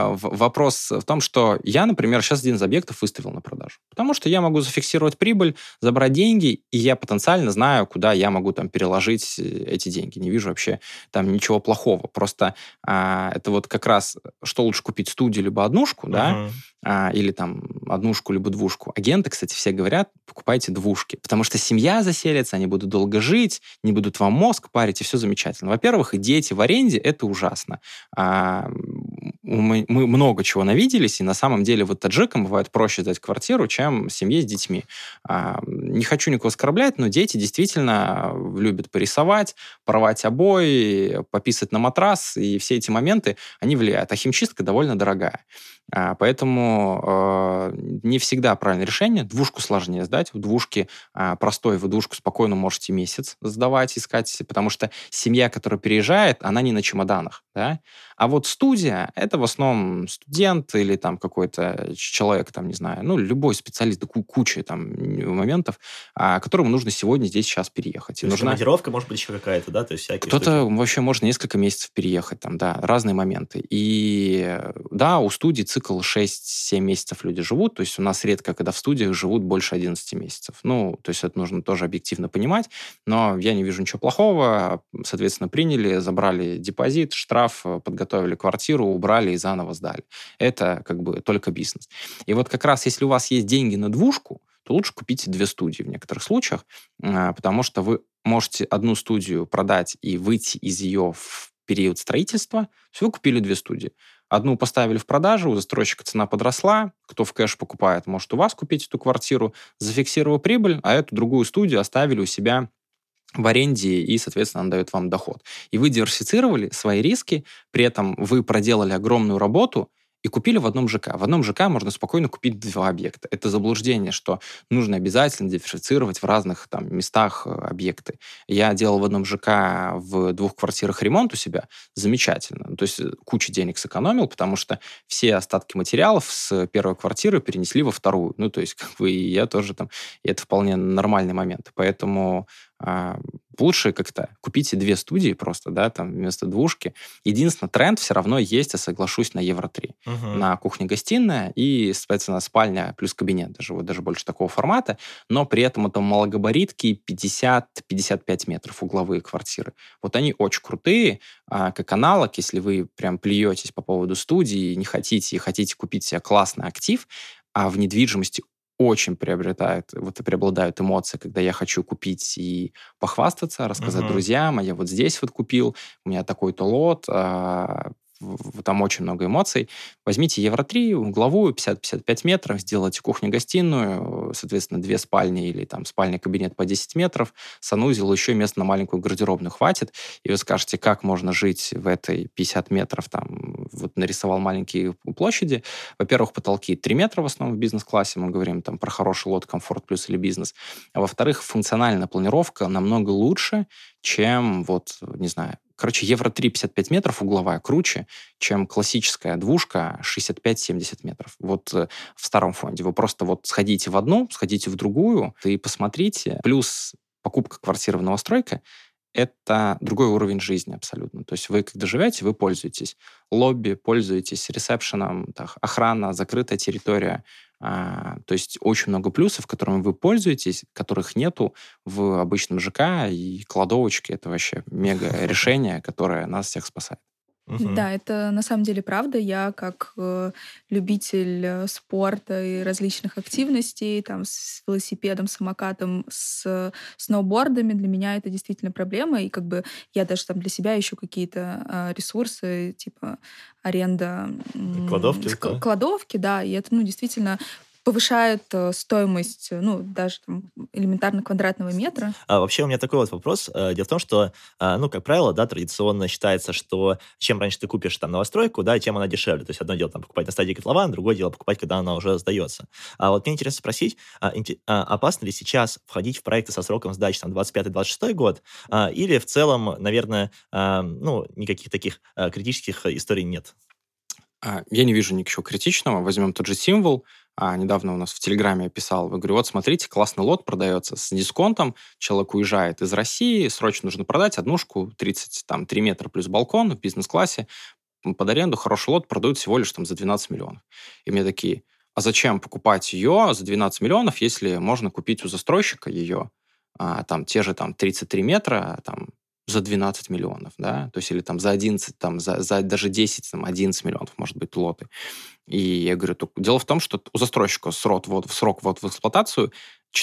вопрос в том, что я, например, сейчас один из объектов выставил на продажу. Потому что я могу зафиксировать прибыль, забрать деньги, и я потенциально знаю, куда я могу там переложить эти деньги. Не вижу вообще там ничего плохого. Просто это вот как раз, что лучше купить, студию либо однушку, да, или там однушку либо двушку. Агенты, кстати, все говорят, покупайте двушки, потому что семья заселится, они будут долго жить, не будут вам мозг парить, и все замечательно. Во-первых, и дети в аренде — это ужасно. Мы много чего навиделись, и на самом деле вот таджикам бывает проще сдать квартиру, чем семье с детьми. Не хочу никого оскорблять, но дети действительно любят порисовать, порвать обои, пописать на матрас, и все эти моменты, они влияют. А химчистка довольно дорогая. Поэтому не всегда правильное решение. Двушку сложнее сдать. В двушке простой, вы двушку спокойно можете месяц сдавать, искать, потому что семья, которая переезжает, она не на чемоданах. Да? А вот студия — это в основном студент или там какой-то человек, там, не знаю, любой специалист, куча там моментов, которому нужно сегодня, здесь, сейчас переехать. То есть командировка может быть еще какая-то, да? То есть всякие кто-то штуки. вообще может несколько месяцев переехать, там, да, разные моменты. И да, у студий цикл 6-7 месяцев люди живут, то есть у нас редко, когда в студиях живут больше 11 месяцев. То есть это нужно тоже объективно понимать, но я не вижу ничего плохого. Соответственно, приняли, забрали депозит, штраф, подготовили квартиру, убрали и заново сдали. Это как бы только бизнес. И вот как раз если у вас есть деньги на двушку, то лучше купите 2 студии в некоторых случаях, потому что вы можете одну студию продать и выйти из ее в период строительства, то есть вы купили 2 студии. Одну поставили в продажу, у застройщика цена подросла, кто в кэш покупает, может у вас купить эту квартиру, зафиксировал прибыль, а эту другую студию оставили у себя в аренде, и, соответственно, она дает вам доход. И вы диверсифицировали свои риски, при этом вы проделали огромную работу и купили в одном ЖК. В одном ЖК можно спокойно купить 2 объекта. Это заблуждение, что нужно обязательно диверсифицировать в разных там местах объекты. Я делал в одном ЖК в 2 квартирах ремонт у себя. Замечательно. То есть кучу денег сэкономил, потому что все остатки материалов с первой квартиры перенесли во вторую. Ну, то есть, как бы, и я тоже там... И это вполне нормальный момент. Поэтому лучше как-то купите 2 студии просто, да, там вместо 2. Единственное, тренд все равно есть, я соглашусь, на Евро 3. На кухня-гостиная и, соответственно, спальня плюс кабинет, даже больше такого формата, но при этом это малогабаритки 50-55 метров угловые квартиры. Вот они очень крутые, как аналог, если вы прям плюетесь по поводу студии, не хотите, и хотите купить себе классный актив, а в недвижимости очень преобладают эмоции, когда я хочу купить и похвастаться, рассказать друзьям, а я вот здесь вот купил, у меня такой-то лот, там очень много эмоций. Возьмите Евро 3, угловую, 50-55 метров, сделайте кухню-гостиную, соответственно, 2 спальни или там спальня-кабинет по 10 метров, санузел, еще места на маленькую гардеробную хватит, и вы скажете, как можно жить в этой 50 метров, там, вот нарисовал маленькие площади. Во-первых, потолки 3 метра в основном в бизнес-классе, мы говорим там про хороший лот, комфорт плюс или бизнес. А во-вторых, функциональная планировка намного лучше, чем, вот, не знаю, короче, Евро 3 55 метров угловая круче, чем классическая 2 65-70 метров. Вот в старом фонде. Вы просто вот сходите в одну, сходите в другую и посмотрите. Плюс покупка квартиры в новостройке — это другой уровень жизни абсолютно. То есть вы, когда живете, вы пользуетесь лобби, пользуетесь ресепшеном, охрана, закрытая территория. То есть очень много плюсов, которыми вы пользуетесь, которых нету в обычном ЖК, и кладовочки — это вообще мега решение, которое нас всех спасает. Да, это на самом деле правда. Я как любитель спорта и различных активностей, там, с велосипедом, самокатом, с сноубордами, для меня это действительно проблема. И как бы я даже там для себя ищу какие-то ресурсы, типа аренда кладовки, да, и это, ну, действительно повышает стоимость, ну, даже там, элементарно квадратного метра. Вообще у меня такой вот вопрос. Дело в том, что, ну, как правило, да, традиционно считается, что чем раньше ты купишь там новостройку, да, тем она дешевле. То есть одно дело там покупать на стадии котлована, другое дело покупать, когда она уже сдается. А вот мне интересно спросить, опасно ли сейчас входить в проекты со сроком сдачи там 25-26 год, или в целом, наверное, ну, никаких таких критических историй нет? Я не вижу ничего критичного. Возьмем тот же символ. Недавно у нас в Телеграме я писал, говорю, вот смотрите, классный лот продается с дисконтом, человек уезжает из России, срочно нужно продать однушку, 33 метра плюс балкон в бизнес-классе, под аренду хороший лот продают всего лишь там за 12 миллионов. И мне такие, а зачем покупать ее за 12 миллионов, если можно купить у застройщика ее, там, те же там 33 метра, там, за 12 миллионов, да, то есть или там за 11, там, за даже 10, там, 11 миллионов, может быть, лоты. И я говорю, дело в том, что у застройщика срок в эксплуатацию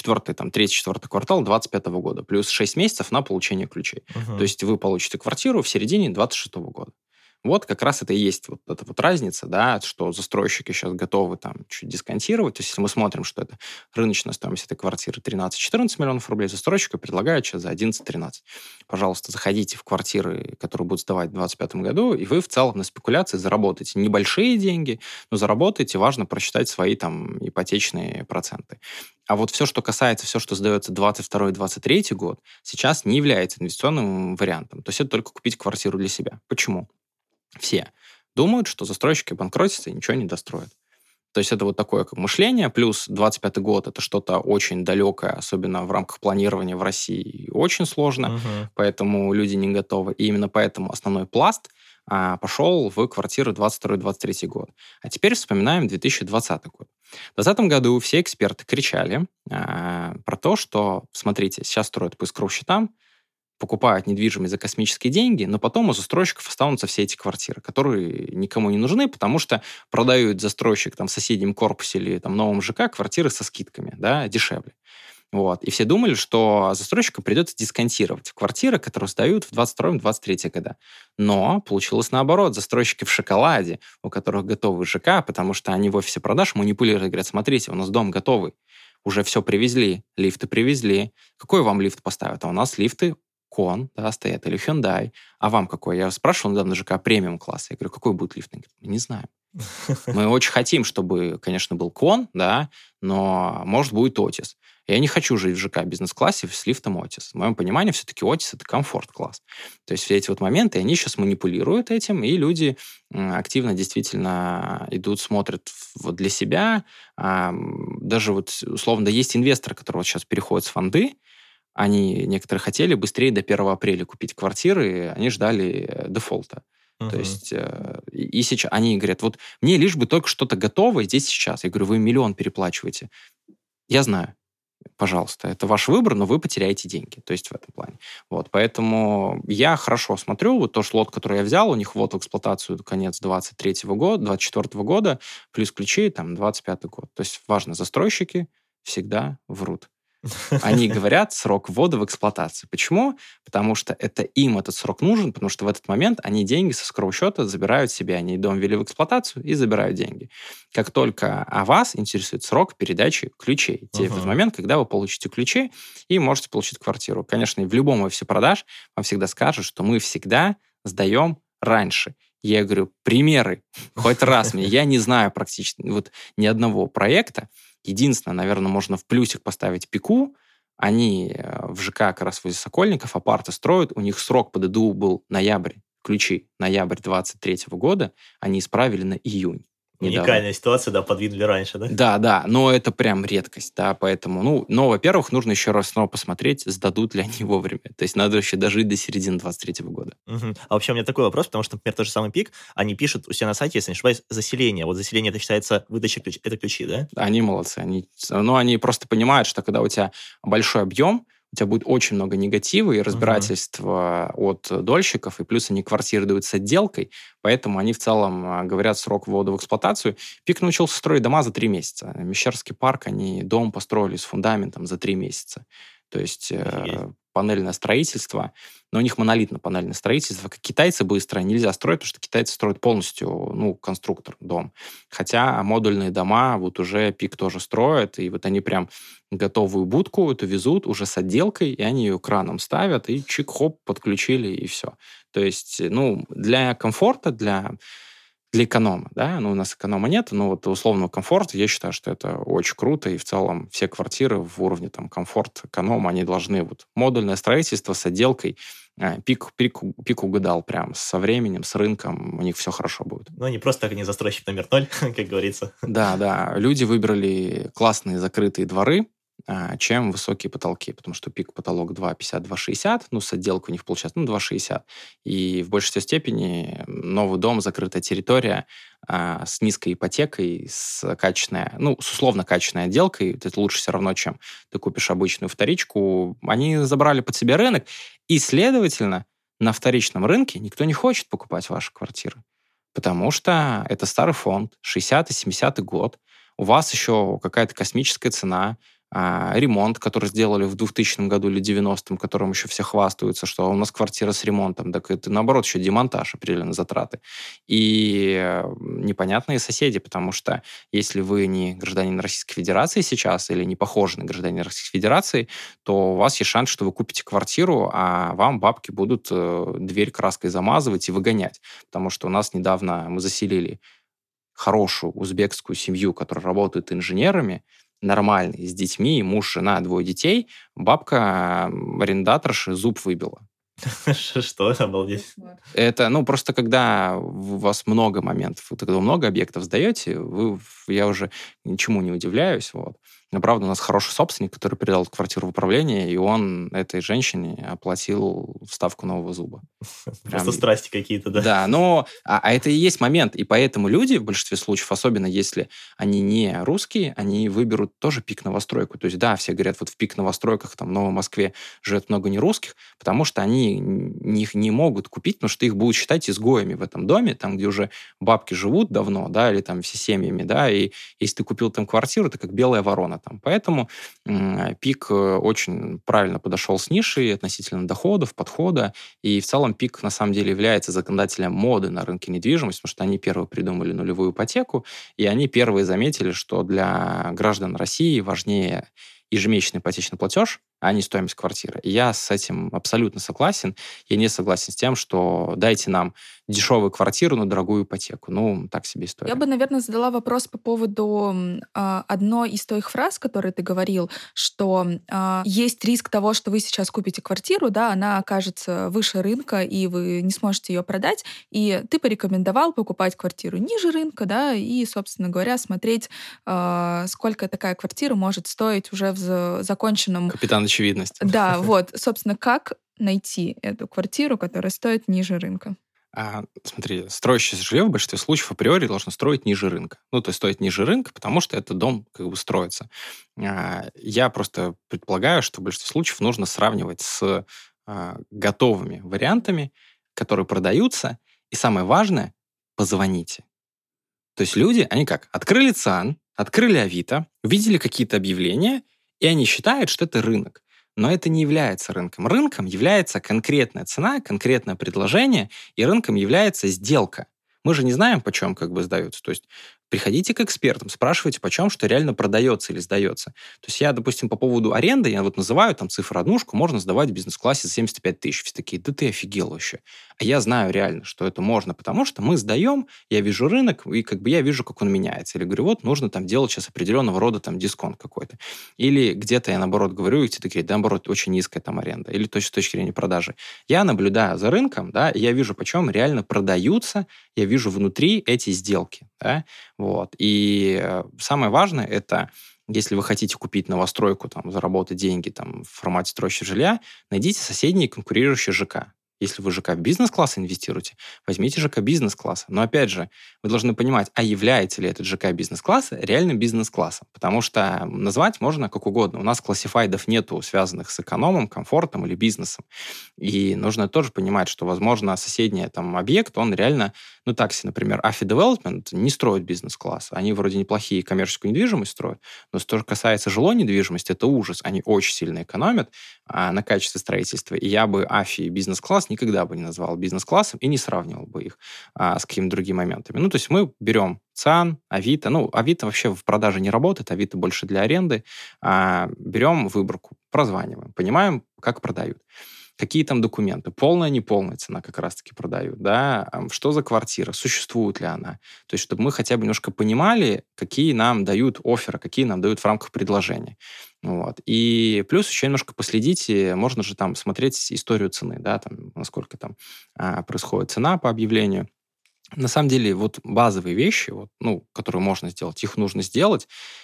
3-4 квартал 2025 года, плюс 6 месяцев на получение ключей. То есть вы получите квартиру в середине 2026 года. Вот как раз это и есть вот эта вот разница, да, что застройщики сейчас готовы там чуть дисконтировать. То есть если мы смотрим, что это рыночная стоимость этой квартиры 13-14 миллионов рублей, застройщика предлагают сейчас за 11-13. Пожалуйста, заходите в квартиры, которые будут сдавать в 2025 году, и вы в целом на спекуляции заработаете небольшие деньги, но заработаете, важно просчитать свои там ипотечные проценты. А вот все, что касается, все, что сдается 22-23 год, сейчас не является инвестиционным вариантом. То есть это только купить квартиру для себя. Почему? Все думают, что застройщики банкротятся и ничего не достроят. То есть это вот такое как мышление, плюс 25 год — это что-то очень далекое, особенно в рамках планирования в России, очень сложно, поэтому люди не готовы. И именно поэтому основной пласт пошел в квартиру 22-23 год. А теперь вспоминаем 2020 год. В 2020 году все эксперты кричали про то, что, смотрите, сейчас строят по искровым счетам, покупают недвижимость за космические деньги, но потом у застройщиков останутся все эти квартиры, которые никому не нужны, потому что продают застройщик там в соседнем корпусе или там новом ЖК квартиры со скидками, да, дешевле. Вот. И все думали, что застройщикам придется дисконтировать квартиры, которые сдают в 22-23 года. Но получилось наоборот. Застройщики в шоколаде, у которых готовый ЖК, потому что они в офисе продаж манипулируют, говорят, смотрите, у нас дом готовый, уже все привезли, лифты привезли. Какой вам лифт поставят? А у нас лифты Кон, да, стоят, или Hyundai. А вам какой? Я спрашивал недавно ЖК премиум класса. Я говорю, какой будет лифт? Они говорят, мы не знаем. Мы очень хотим, чтобы, конечно, был Кон, да, но, может, будет Отис. Я не хочу жить в ЖК бизнес-классе с лифтом Отис. В моем понимании все-таки Отис — это комфорт-класс. То есть все эти вот моменты, они сейчас манипулируют этим, и люди активно действительно идут, смотрят вот для себя. Даже вот, условно, есть инвесторы, которые вот сейчас переходят с фонды, они, некоторые хотели быстрее до 1 апреля купить квартиры, они ждали дефолта. То есть и сейчас они говорят, вот мне лишь бы только что-то готовое здесь сейчас. Я говорю, вы миллион переплачиваете. Я знаю. Пожалуйста, это ваш выбор, но вы потеряете деньги. То есть в этом плане. Вот, поэтому я хорошо смотрю. Вот тот лот, который я взял, у них ввод в эксплуатацию конец 23 года, 24 года, плюс ключи, там, 25 год. То есть важно, застройщики всегда врут. Они говорят срок ввода в эксплуатацию. Почему? Потому что это им этот срок нужен, потому что в этот момент они деньги со скорого счета забирают себе. Они дом ввели в эксплуатацию и забирают деньги. Как только вас интересует срок передачи ключей. В тот момент, когда вы получите ключи и можете получить квартиру. Конечно, в любом офисе продаж вам всегда скажут, что мы всегда сдаем раньше. Я говорю, примеры. Хоть раз мне. Я не знаю практически вот ни одного проекта. Единственное, наверное, можно в плюсик поставить Пику. Они в ЖК как раз возле Сокольников апарты строят. У них срок по ДДУ был ноябрь. Ключи ноябрь 23 года. Они исправили на июнь. Уникальная ситуация, да, подвинули раньше, да? Да, но это прям редкость, да, поэтому, но, во-первых, нужно еще раз снова посмотреть, сдадут ли они вовремя. То есть надо еще дожить до середины 23 года. А вообще у меня такой вопрос, потому что, например, тот же самый ПИК, они пишут у себя на сайте, если не ошибаюсь, заселение. Вот заселение, это считается выдача ключей, это ключи, да? Они молодцы, они просто понимают, что когда у тебя большой объем, у тебя будет очень много негатива и разбирательства от дольщиков, и плюс они квартиры дают с отделкой, поэтому они в целом говорят срок ввода в эксплуатацию. ПИК научился строить дома за 3 месяца. Мещерский парк, они дом построили с фундаментом за 3 месяца. То есть панельное строительство, но у них монолитно-панельное строительство. Как китайцы быстро нельзя строить, потому что китайцы строят полностью, конструктор, дом. Хотя модульные дома вот уже ПИК тоже строят, и вот они прям готовую будку эту везут уже с отделкой, и они ее краном ставят, и чик-хоп, подключили, и все. То есть, для комфорта, для эконома, да, у нас эконома нет, но вот условного комфорта, я считаю, что это очень круто, и в целом все квартиры в уровне там комфорт, эконома, они должны модульное строительство с отделкой, пик угадал прям со временем, с рынком, у них все хорошо будет. Не просто так, не застройщик номер 0, как говорится. Да, люди выбрали классные закрытые дворы, чем высокие потолки, потому что пик-потолок 2,50, 2,60, с отделкой у них получается 2,60. И в большей степени новый дом, закрытая территория с низкой ипотекой, с качественной, с условно качественной отделкой, это лучше все равно, чем ты купишь обычную вторичку. Они забрали под себя рынок, и, следовательно, на вторичном рынке никто не хочет покупать ваши квартиры, потому что это старый фонд, 60-й, 70-й год, у вас еще какая-то космическая цена, ремонт, который сделали в 2000 году или 90-м, которым еще все хвастаются, что у нас квартира с ремонтом. Так это, наоборот, еще демонтаж, определенные затраты. И непонятные соседи, потому что если вы не гражданин Российской Федерации сейчас или не похожи на гражданина Российской Федерации, то у вас есть шанс, что вы купите квартиру, а вам бабки будут дверь краской замазывать и выгонять. Потому что у нас недавно мы заселили хорошую узбекскую семью, которая работает инженерами, нормальный, с детьми, муж, жена, 2 детей, бабка арендаторши зуб выбила. Что? Обалдеть. Это, просто когда у вас много моментов, когда вы много объектов сдаете, я уже ничему не удивляюсь. Но, правда, у нас хороший собственник, который передал эту квартиру в управление, и он этой женщине оплатил вставку нового зуба. Просто страсти какие-то, да? Да, но это и есть момент. И поэтому люди в большинстве случаев, особенно если они не русские, они выберут тоже пик-новостройку. То есть, да, все говорят, в пик-новостройках, в Новой Москве живет много нерусских, потому что они их не могут купить, потому что их будут считать изгоями в этом доме, там, где уже бабки живут давно, да, или там все семьями, да, и если ты купил там квартиру, ты как белая ворона проблема там. Поэтому Пик очень правильно подошел с нишей относительно доходов, подхода, и в целом Пик на самом деле является законодателем моды на рынке недвижимости, потому что они первые придумали нулевую ипотеку, и они первые заметили, что для граждан России важнее ежемесячный ипотечный платеж, а не стоимость квартиры. И я с этим абсолютно согласен. Я не согласен с тем, что дайте нам дешевую квартиру, но дорогую ипотеку. Ну, так себе история. Я бы, наверное, задала вопрос по поводу одной из твоих фраз, которые ты говорил, что есть риск того, что вы сейчас купите квартиру, да, она окажется выше рынка, и вы не сможете ее продать, и ты порекомендовал покупать квартиру ниже рынка, да, и, собственно говоря, смотреть, сколько такая квартира может стоить уже в законченном... Капитан очевидность. Да, вот, собственно, как найти эту квартиру, которая стоит ниже рынка? Смотри, строящееся жилье в большинстве случаев априори должно строить ниже рынка. Ну, то есть стоить ниже рынка, потому что этот дом как бы строится. Я просто предполагаю, что в большинстве случаев нужно сравнивать с готовыми вариантами, которые продаются. И самое важное, позвоните. То есть люди, они как? Открыли ЦИАН, открыли Авито, увидели какие-то объявления, и они считают, что это рынок. Но это не является рынком. Рынком является конкретная цена, конкретное предложение, и рынком является сделка. Мы же не знаем, почем как бы сдаются. То есть приходите к экспертам, спрашивайте, почем что реально продается или сдается. То есть я, допустим, по поводу аренды, я вот называю там цифру однушку, можно сдавать в бизнес-классе за 75 тысяч. Все такие, да ты офигел вообще. А я знаю реально, что это можно, потому что мы сдаем, я вижу рынок, и как бы я вижу, как он меняется. Или говорю, вот нужно там делать сейчас определенного рода там дисконт какой-то. Или где-то я наоборот говорю, и те такие, да, наоборот, очень низкая там аренда. Или с точки зрения продажи. Я наблюдаю за рынком, да, и я вижу, почем реально продаются, я вижу внутри эти сделки, да, вот. И самое важное, это если вы хотите купить новостройку, там, заработать деньги там, в формате строящего жилья, найдите соседние конкурирующие ЖК. Если вы ЖК бизнес-класса инвестируете, возьмите ЖК бизнес-класса. Но опять же, вы должны понимать, а является ли этот ЖК бизнес-класса реальным бизнес-классом. Потому что назвать можно как угодно. У нас классифайдов нету, связанных с экономом, комфортом или бизнесом. И нужно тоже понимать, что, возможно, соседний там объект, он реально, ну так себе, например, Афи Development не строит бизнес-класс. Они вроде неплохие коммерческую недвижимость строят, но что же касается жилой недвижимости, это ужас. Они очень сильно экономят на качестве строительства. И я бы Афи бизнес-класс никогда бы не назвал бизнес-классом и не сравнивал бы их с какими-то другими моментами. Ну, то есть мы берем ЦИАН, Авито. Ну, Авито вообще в продаже не работает, Авито больше для аренды. Берем выборку, прозваниваем, понимаем, как продают. Какие там документы, полная, неполная цена как раз-таки продают, да, что за квартира, существует ли она. То есть, чтобы мы хотя бы немножко понимали, какие нам дают офферы, какие нам дают в рамках предложения. Вот. И плюс еще немножко последите, можно же там смотреть историю цены, да, там, насколько там происходит цена по объявлению. На самом деле, вот базовые вещи, вот, ну, которые можно сделать, их нужно сделать,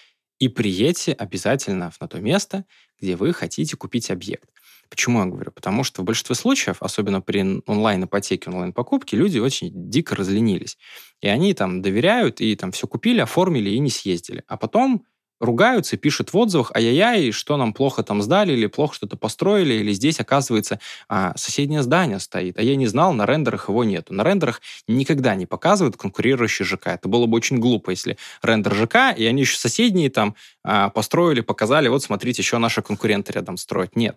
и приедьте обязательно на то место, где вы хотите купить объект. Почему я говорю? Потому что в большинстве случаев, особенно при онлайн-ипотеке, онлайн-покупке, люди очень дико разленились. И они там доверяют, и там все купили, оформили и не съездили. А потом ругаются и пишут в отзывах, ай-яй-яй, что нам плохо там сдали, или плохо что-то построили, или здесь, оказывается, соседнее здание стоит, а я не знал, на рендерах его нету. На рендерах никогда не показывают конкурирующий ЖК. Это было бы очень глупо, если рендер ЖК, и они еще соседние там построили, показали, вот смотрите, еще наши конкуренты рядом строят. Нет.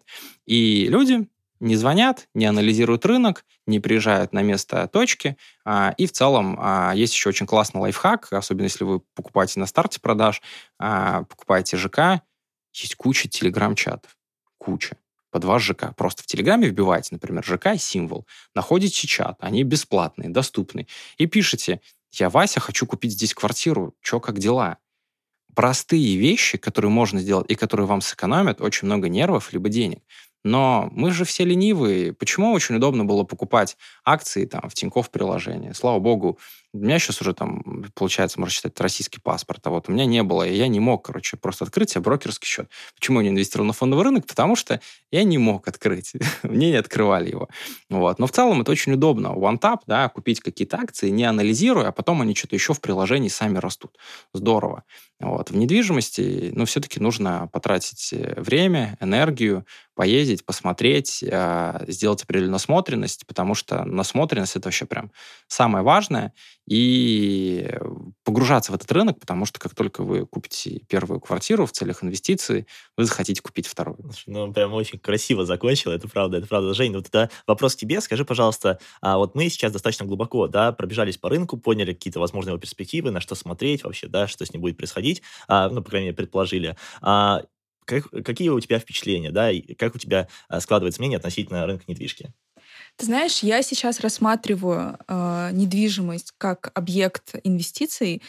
И люди не звонят, не анализируют рынок, не приезжают на место точки. И в целом есть еще очень классный лайфхак, особенно если вы покупаете на старте продаж, покупаете ЖК, есть куча телеграм-чатов. Куча. Под ваш ЖК. Просто в Телеграме вбиваете, например, ЖК символ, находите чат, они бесплатные, доступны, и пишете: я Вася, хочу купить здесь квартиру, чё, как дела? Простые вещи, которые можно сделать и которые вам сэкономят очень много нервов либо денег. Но мы же все ленивые. Почему очень удобно было покупать акции там в Тинькофф приложении? Слава богу, у меня сейчас уже там, получается, можно считать, российский паспорт. А вот у меня не было, и я не мог, просто открыть себе брокерский счет. Почему я не инвестировал на фондовый рынок? Потому что я не мог открыть. Мне не открывали его. Вот. Но в целом это очень удобно. OneTap, да, купить какие-то акции, не анализируя, а потом они что-то еще в приложении сами растут. Здорово. Вот. В недвижимости, все-таки нужно потратить время, энергию, поездить, съездить, посмотреть, сделать определенную насмотренность, потому что насмотренность — это вообще прям самое важное, и погружаться в этот рынок, потому что как только вы купите первую квартиру в целях инвестиций, вы захотите купить вторую. Ну, прям очень красиво закончил, это правда, это правда. Жень, ну, вот это вопрос к тебе. Скажи, пожалуйста, вот мы сейчас достаточно глубоко, да, пробежались по рынку, поняли какие-то возможные его перспективы, на что смотреть вообще, да, что с ним будет происходить, ну, по крайней мере, предположили. Какие у тебя впечатления, да, и как у тебя складывается мнение относительно рынка недвижки? Ты знаешь, я сейчас рассматриваю недвижимость как объект инвестиций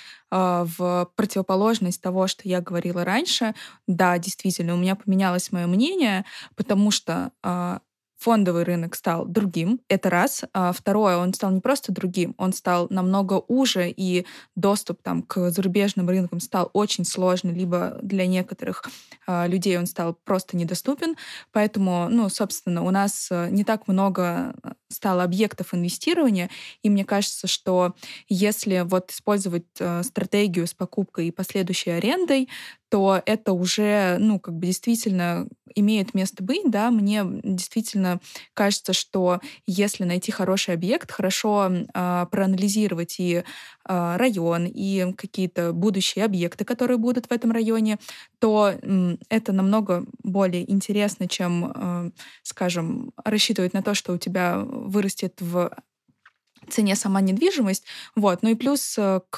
в противоположность того, что я говорила раньше. Да, действительно, у меня поменялось мое мнение, потому что фондовый рынок стал другим, это раз. Второе, он стал не просто другим, он стал намного уже, и доступ там, к зарубежным рынкам стал очень сложный, либо для некоторых людей он стал просто недоступен. Поэтому, ну, собственно, у нас не так много стало объектов инвестирования, и мне кажется, что если вот использовать стратегию с покупкой и последующей арендой, то это уже, ну, как бы действительно имеет место быть, да, мне действительно кажется, что если найти хороший объект, хорошо проанализировать и район, и какие-то будущие объекты, которые будут в этом районе, то это намного более интересно, чем, скажем, рассчитывать на то, что у тебя вырастет в цене сама недвижимость. Вот. Ну и плюс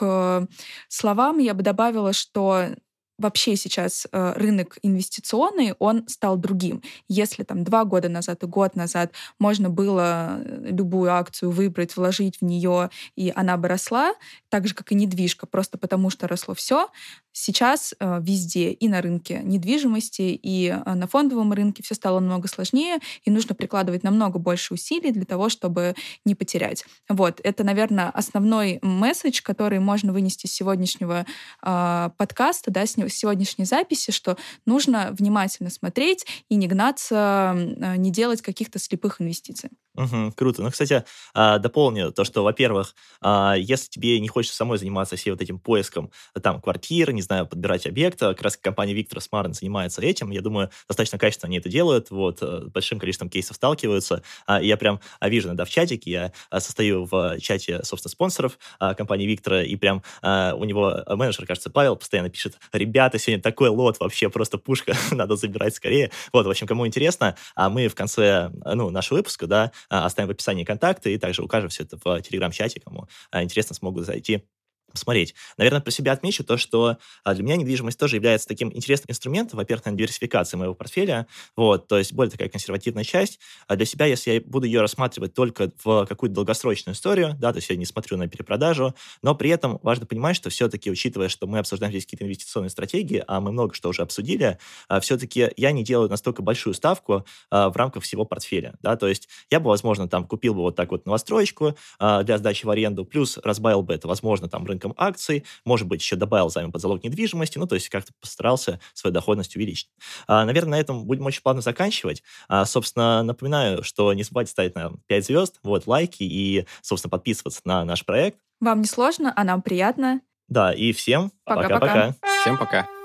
к словам я бы добавила, что вообще сейчас рынок инвестиционный, он стал другим. Если там 2 года назад и год назад можно было любую акцию выбрать, вложить в нее, и она бы росла, так же, как и недвижка, просто потому что росло все, сейчас везде, и на рынке недвижимости, и на фондовом рынке все стало намного сложнее, и нужно прикладывать намного больше усилий для того, чтобы не потерять. Вот, это, наверное, основной месседж, который можно вынести с сегодняшнего подкаста, да, с сегодняшней записи, что нужно внимательно смотреть и не гнаться, не делать каких-то слепых инвестиций. Круто. Ну, кстати, дополню то, что, во-первых, если тебе не хочется самой заниматься всем вот этим поиском там квартир, не знаю, подбирать объекта, как раз компания Victor Smart занимается этим, я думаю, достаточно качественно они это делают, вот, с большим количеством кейсов сталкиваются. Я прям вижу иногда в чатике, я состою в чате, собственно, спонсоров компании Victor, и прям у него менеджер, кажется, Павел, постоянно пишет: ребята, сегодня такой лот, вообще просто пушка, надо забирать скорее. Вот, в общем, кому интересно, мы в конце, нашего выпуска, да, оставим в описании контакты, и также укажем все это в телеграм-чате, кому интересно, смогут зайти посмотреть. Наверное, про себя отмечу то, что для меня недвижимость тоже является таким интересным инструментом, во-первых, на диверсификации моего портфеля, вот, то есть более такая консервативная часть. Для себя, если я буду ее рассматривать только в какую-то долгосрочную историю, да, то есть я не смотрю на перепродажу, но при этом важно понимать, что все-таки, учитывая, что мы обсуждаем здесь какие-то инвестиционные стратегии, а мы много что уже обсудили, все-таки я не делаю настолько большую ставку в рамках всего портфеля, да, то есть я бы, возможно, там купил бы вот так вот новостроечку для сдачи в аренду, плюс разбавил бы это, возможно, там рынком акций, может быть, еще добавил займ под залог недвижимости, то есть как-то постарался свою доходность увеличить. Наверное, на этом будем очень плавно заканчивать. Собственно, напоминаю, что не забывайте ставить нам 5 звезд, вот, лайки и, собственно, подписываться на наш проект. Вам не сложно, а нам приятно. Да, и всем пока-пока. Всем пока.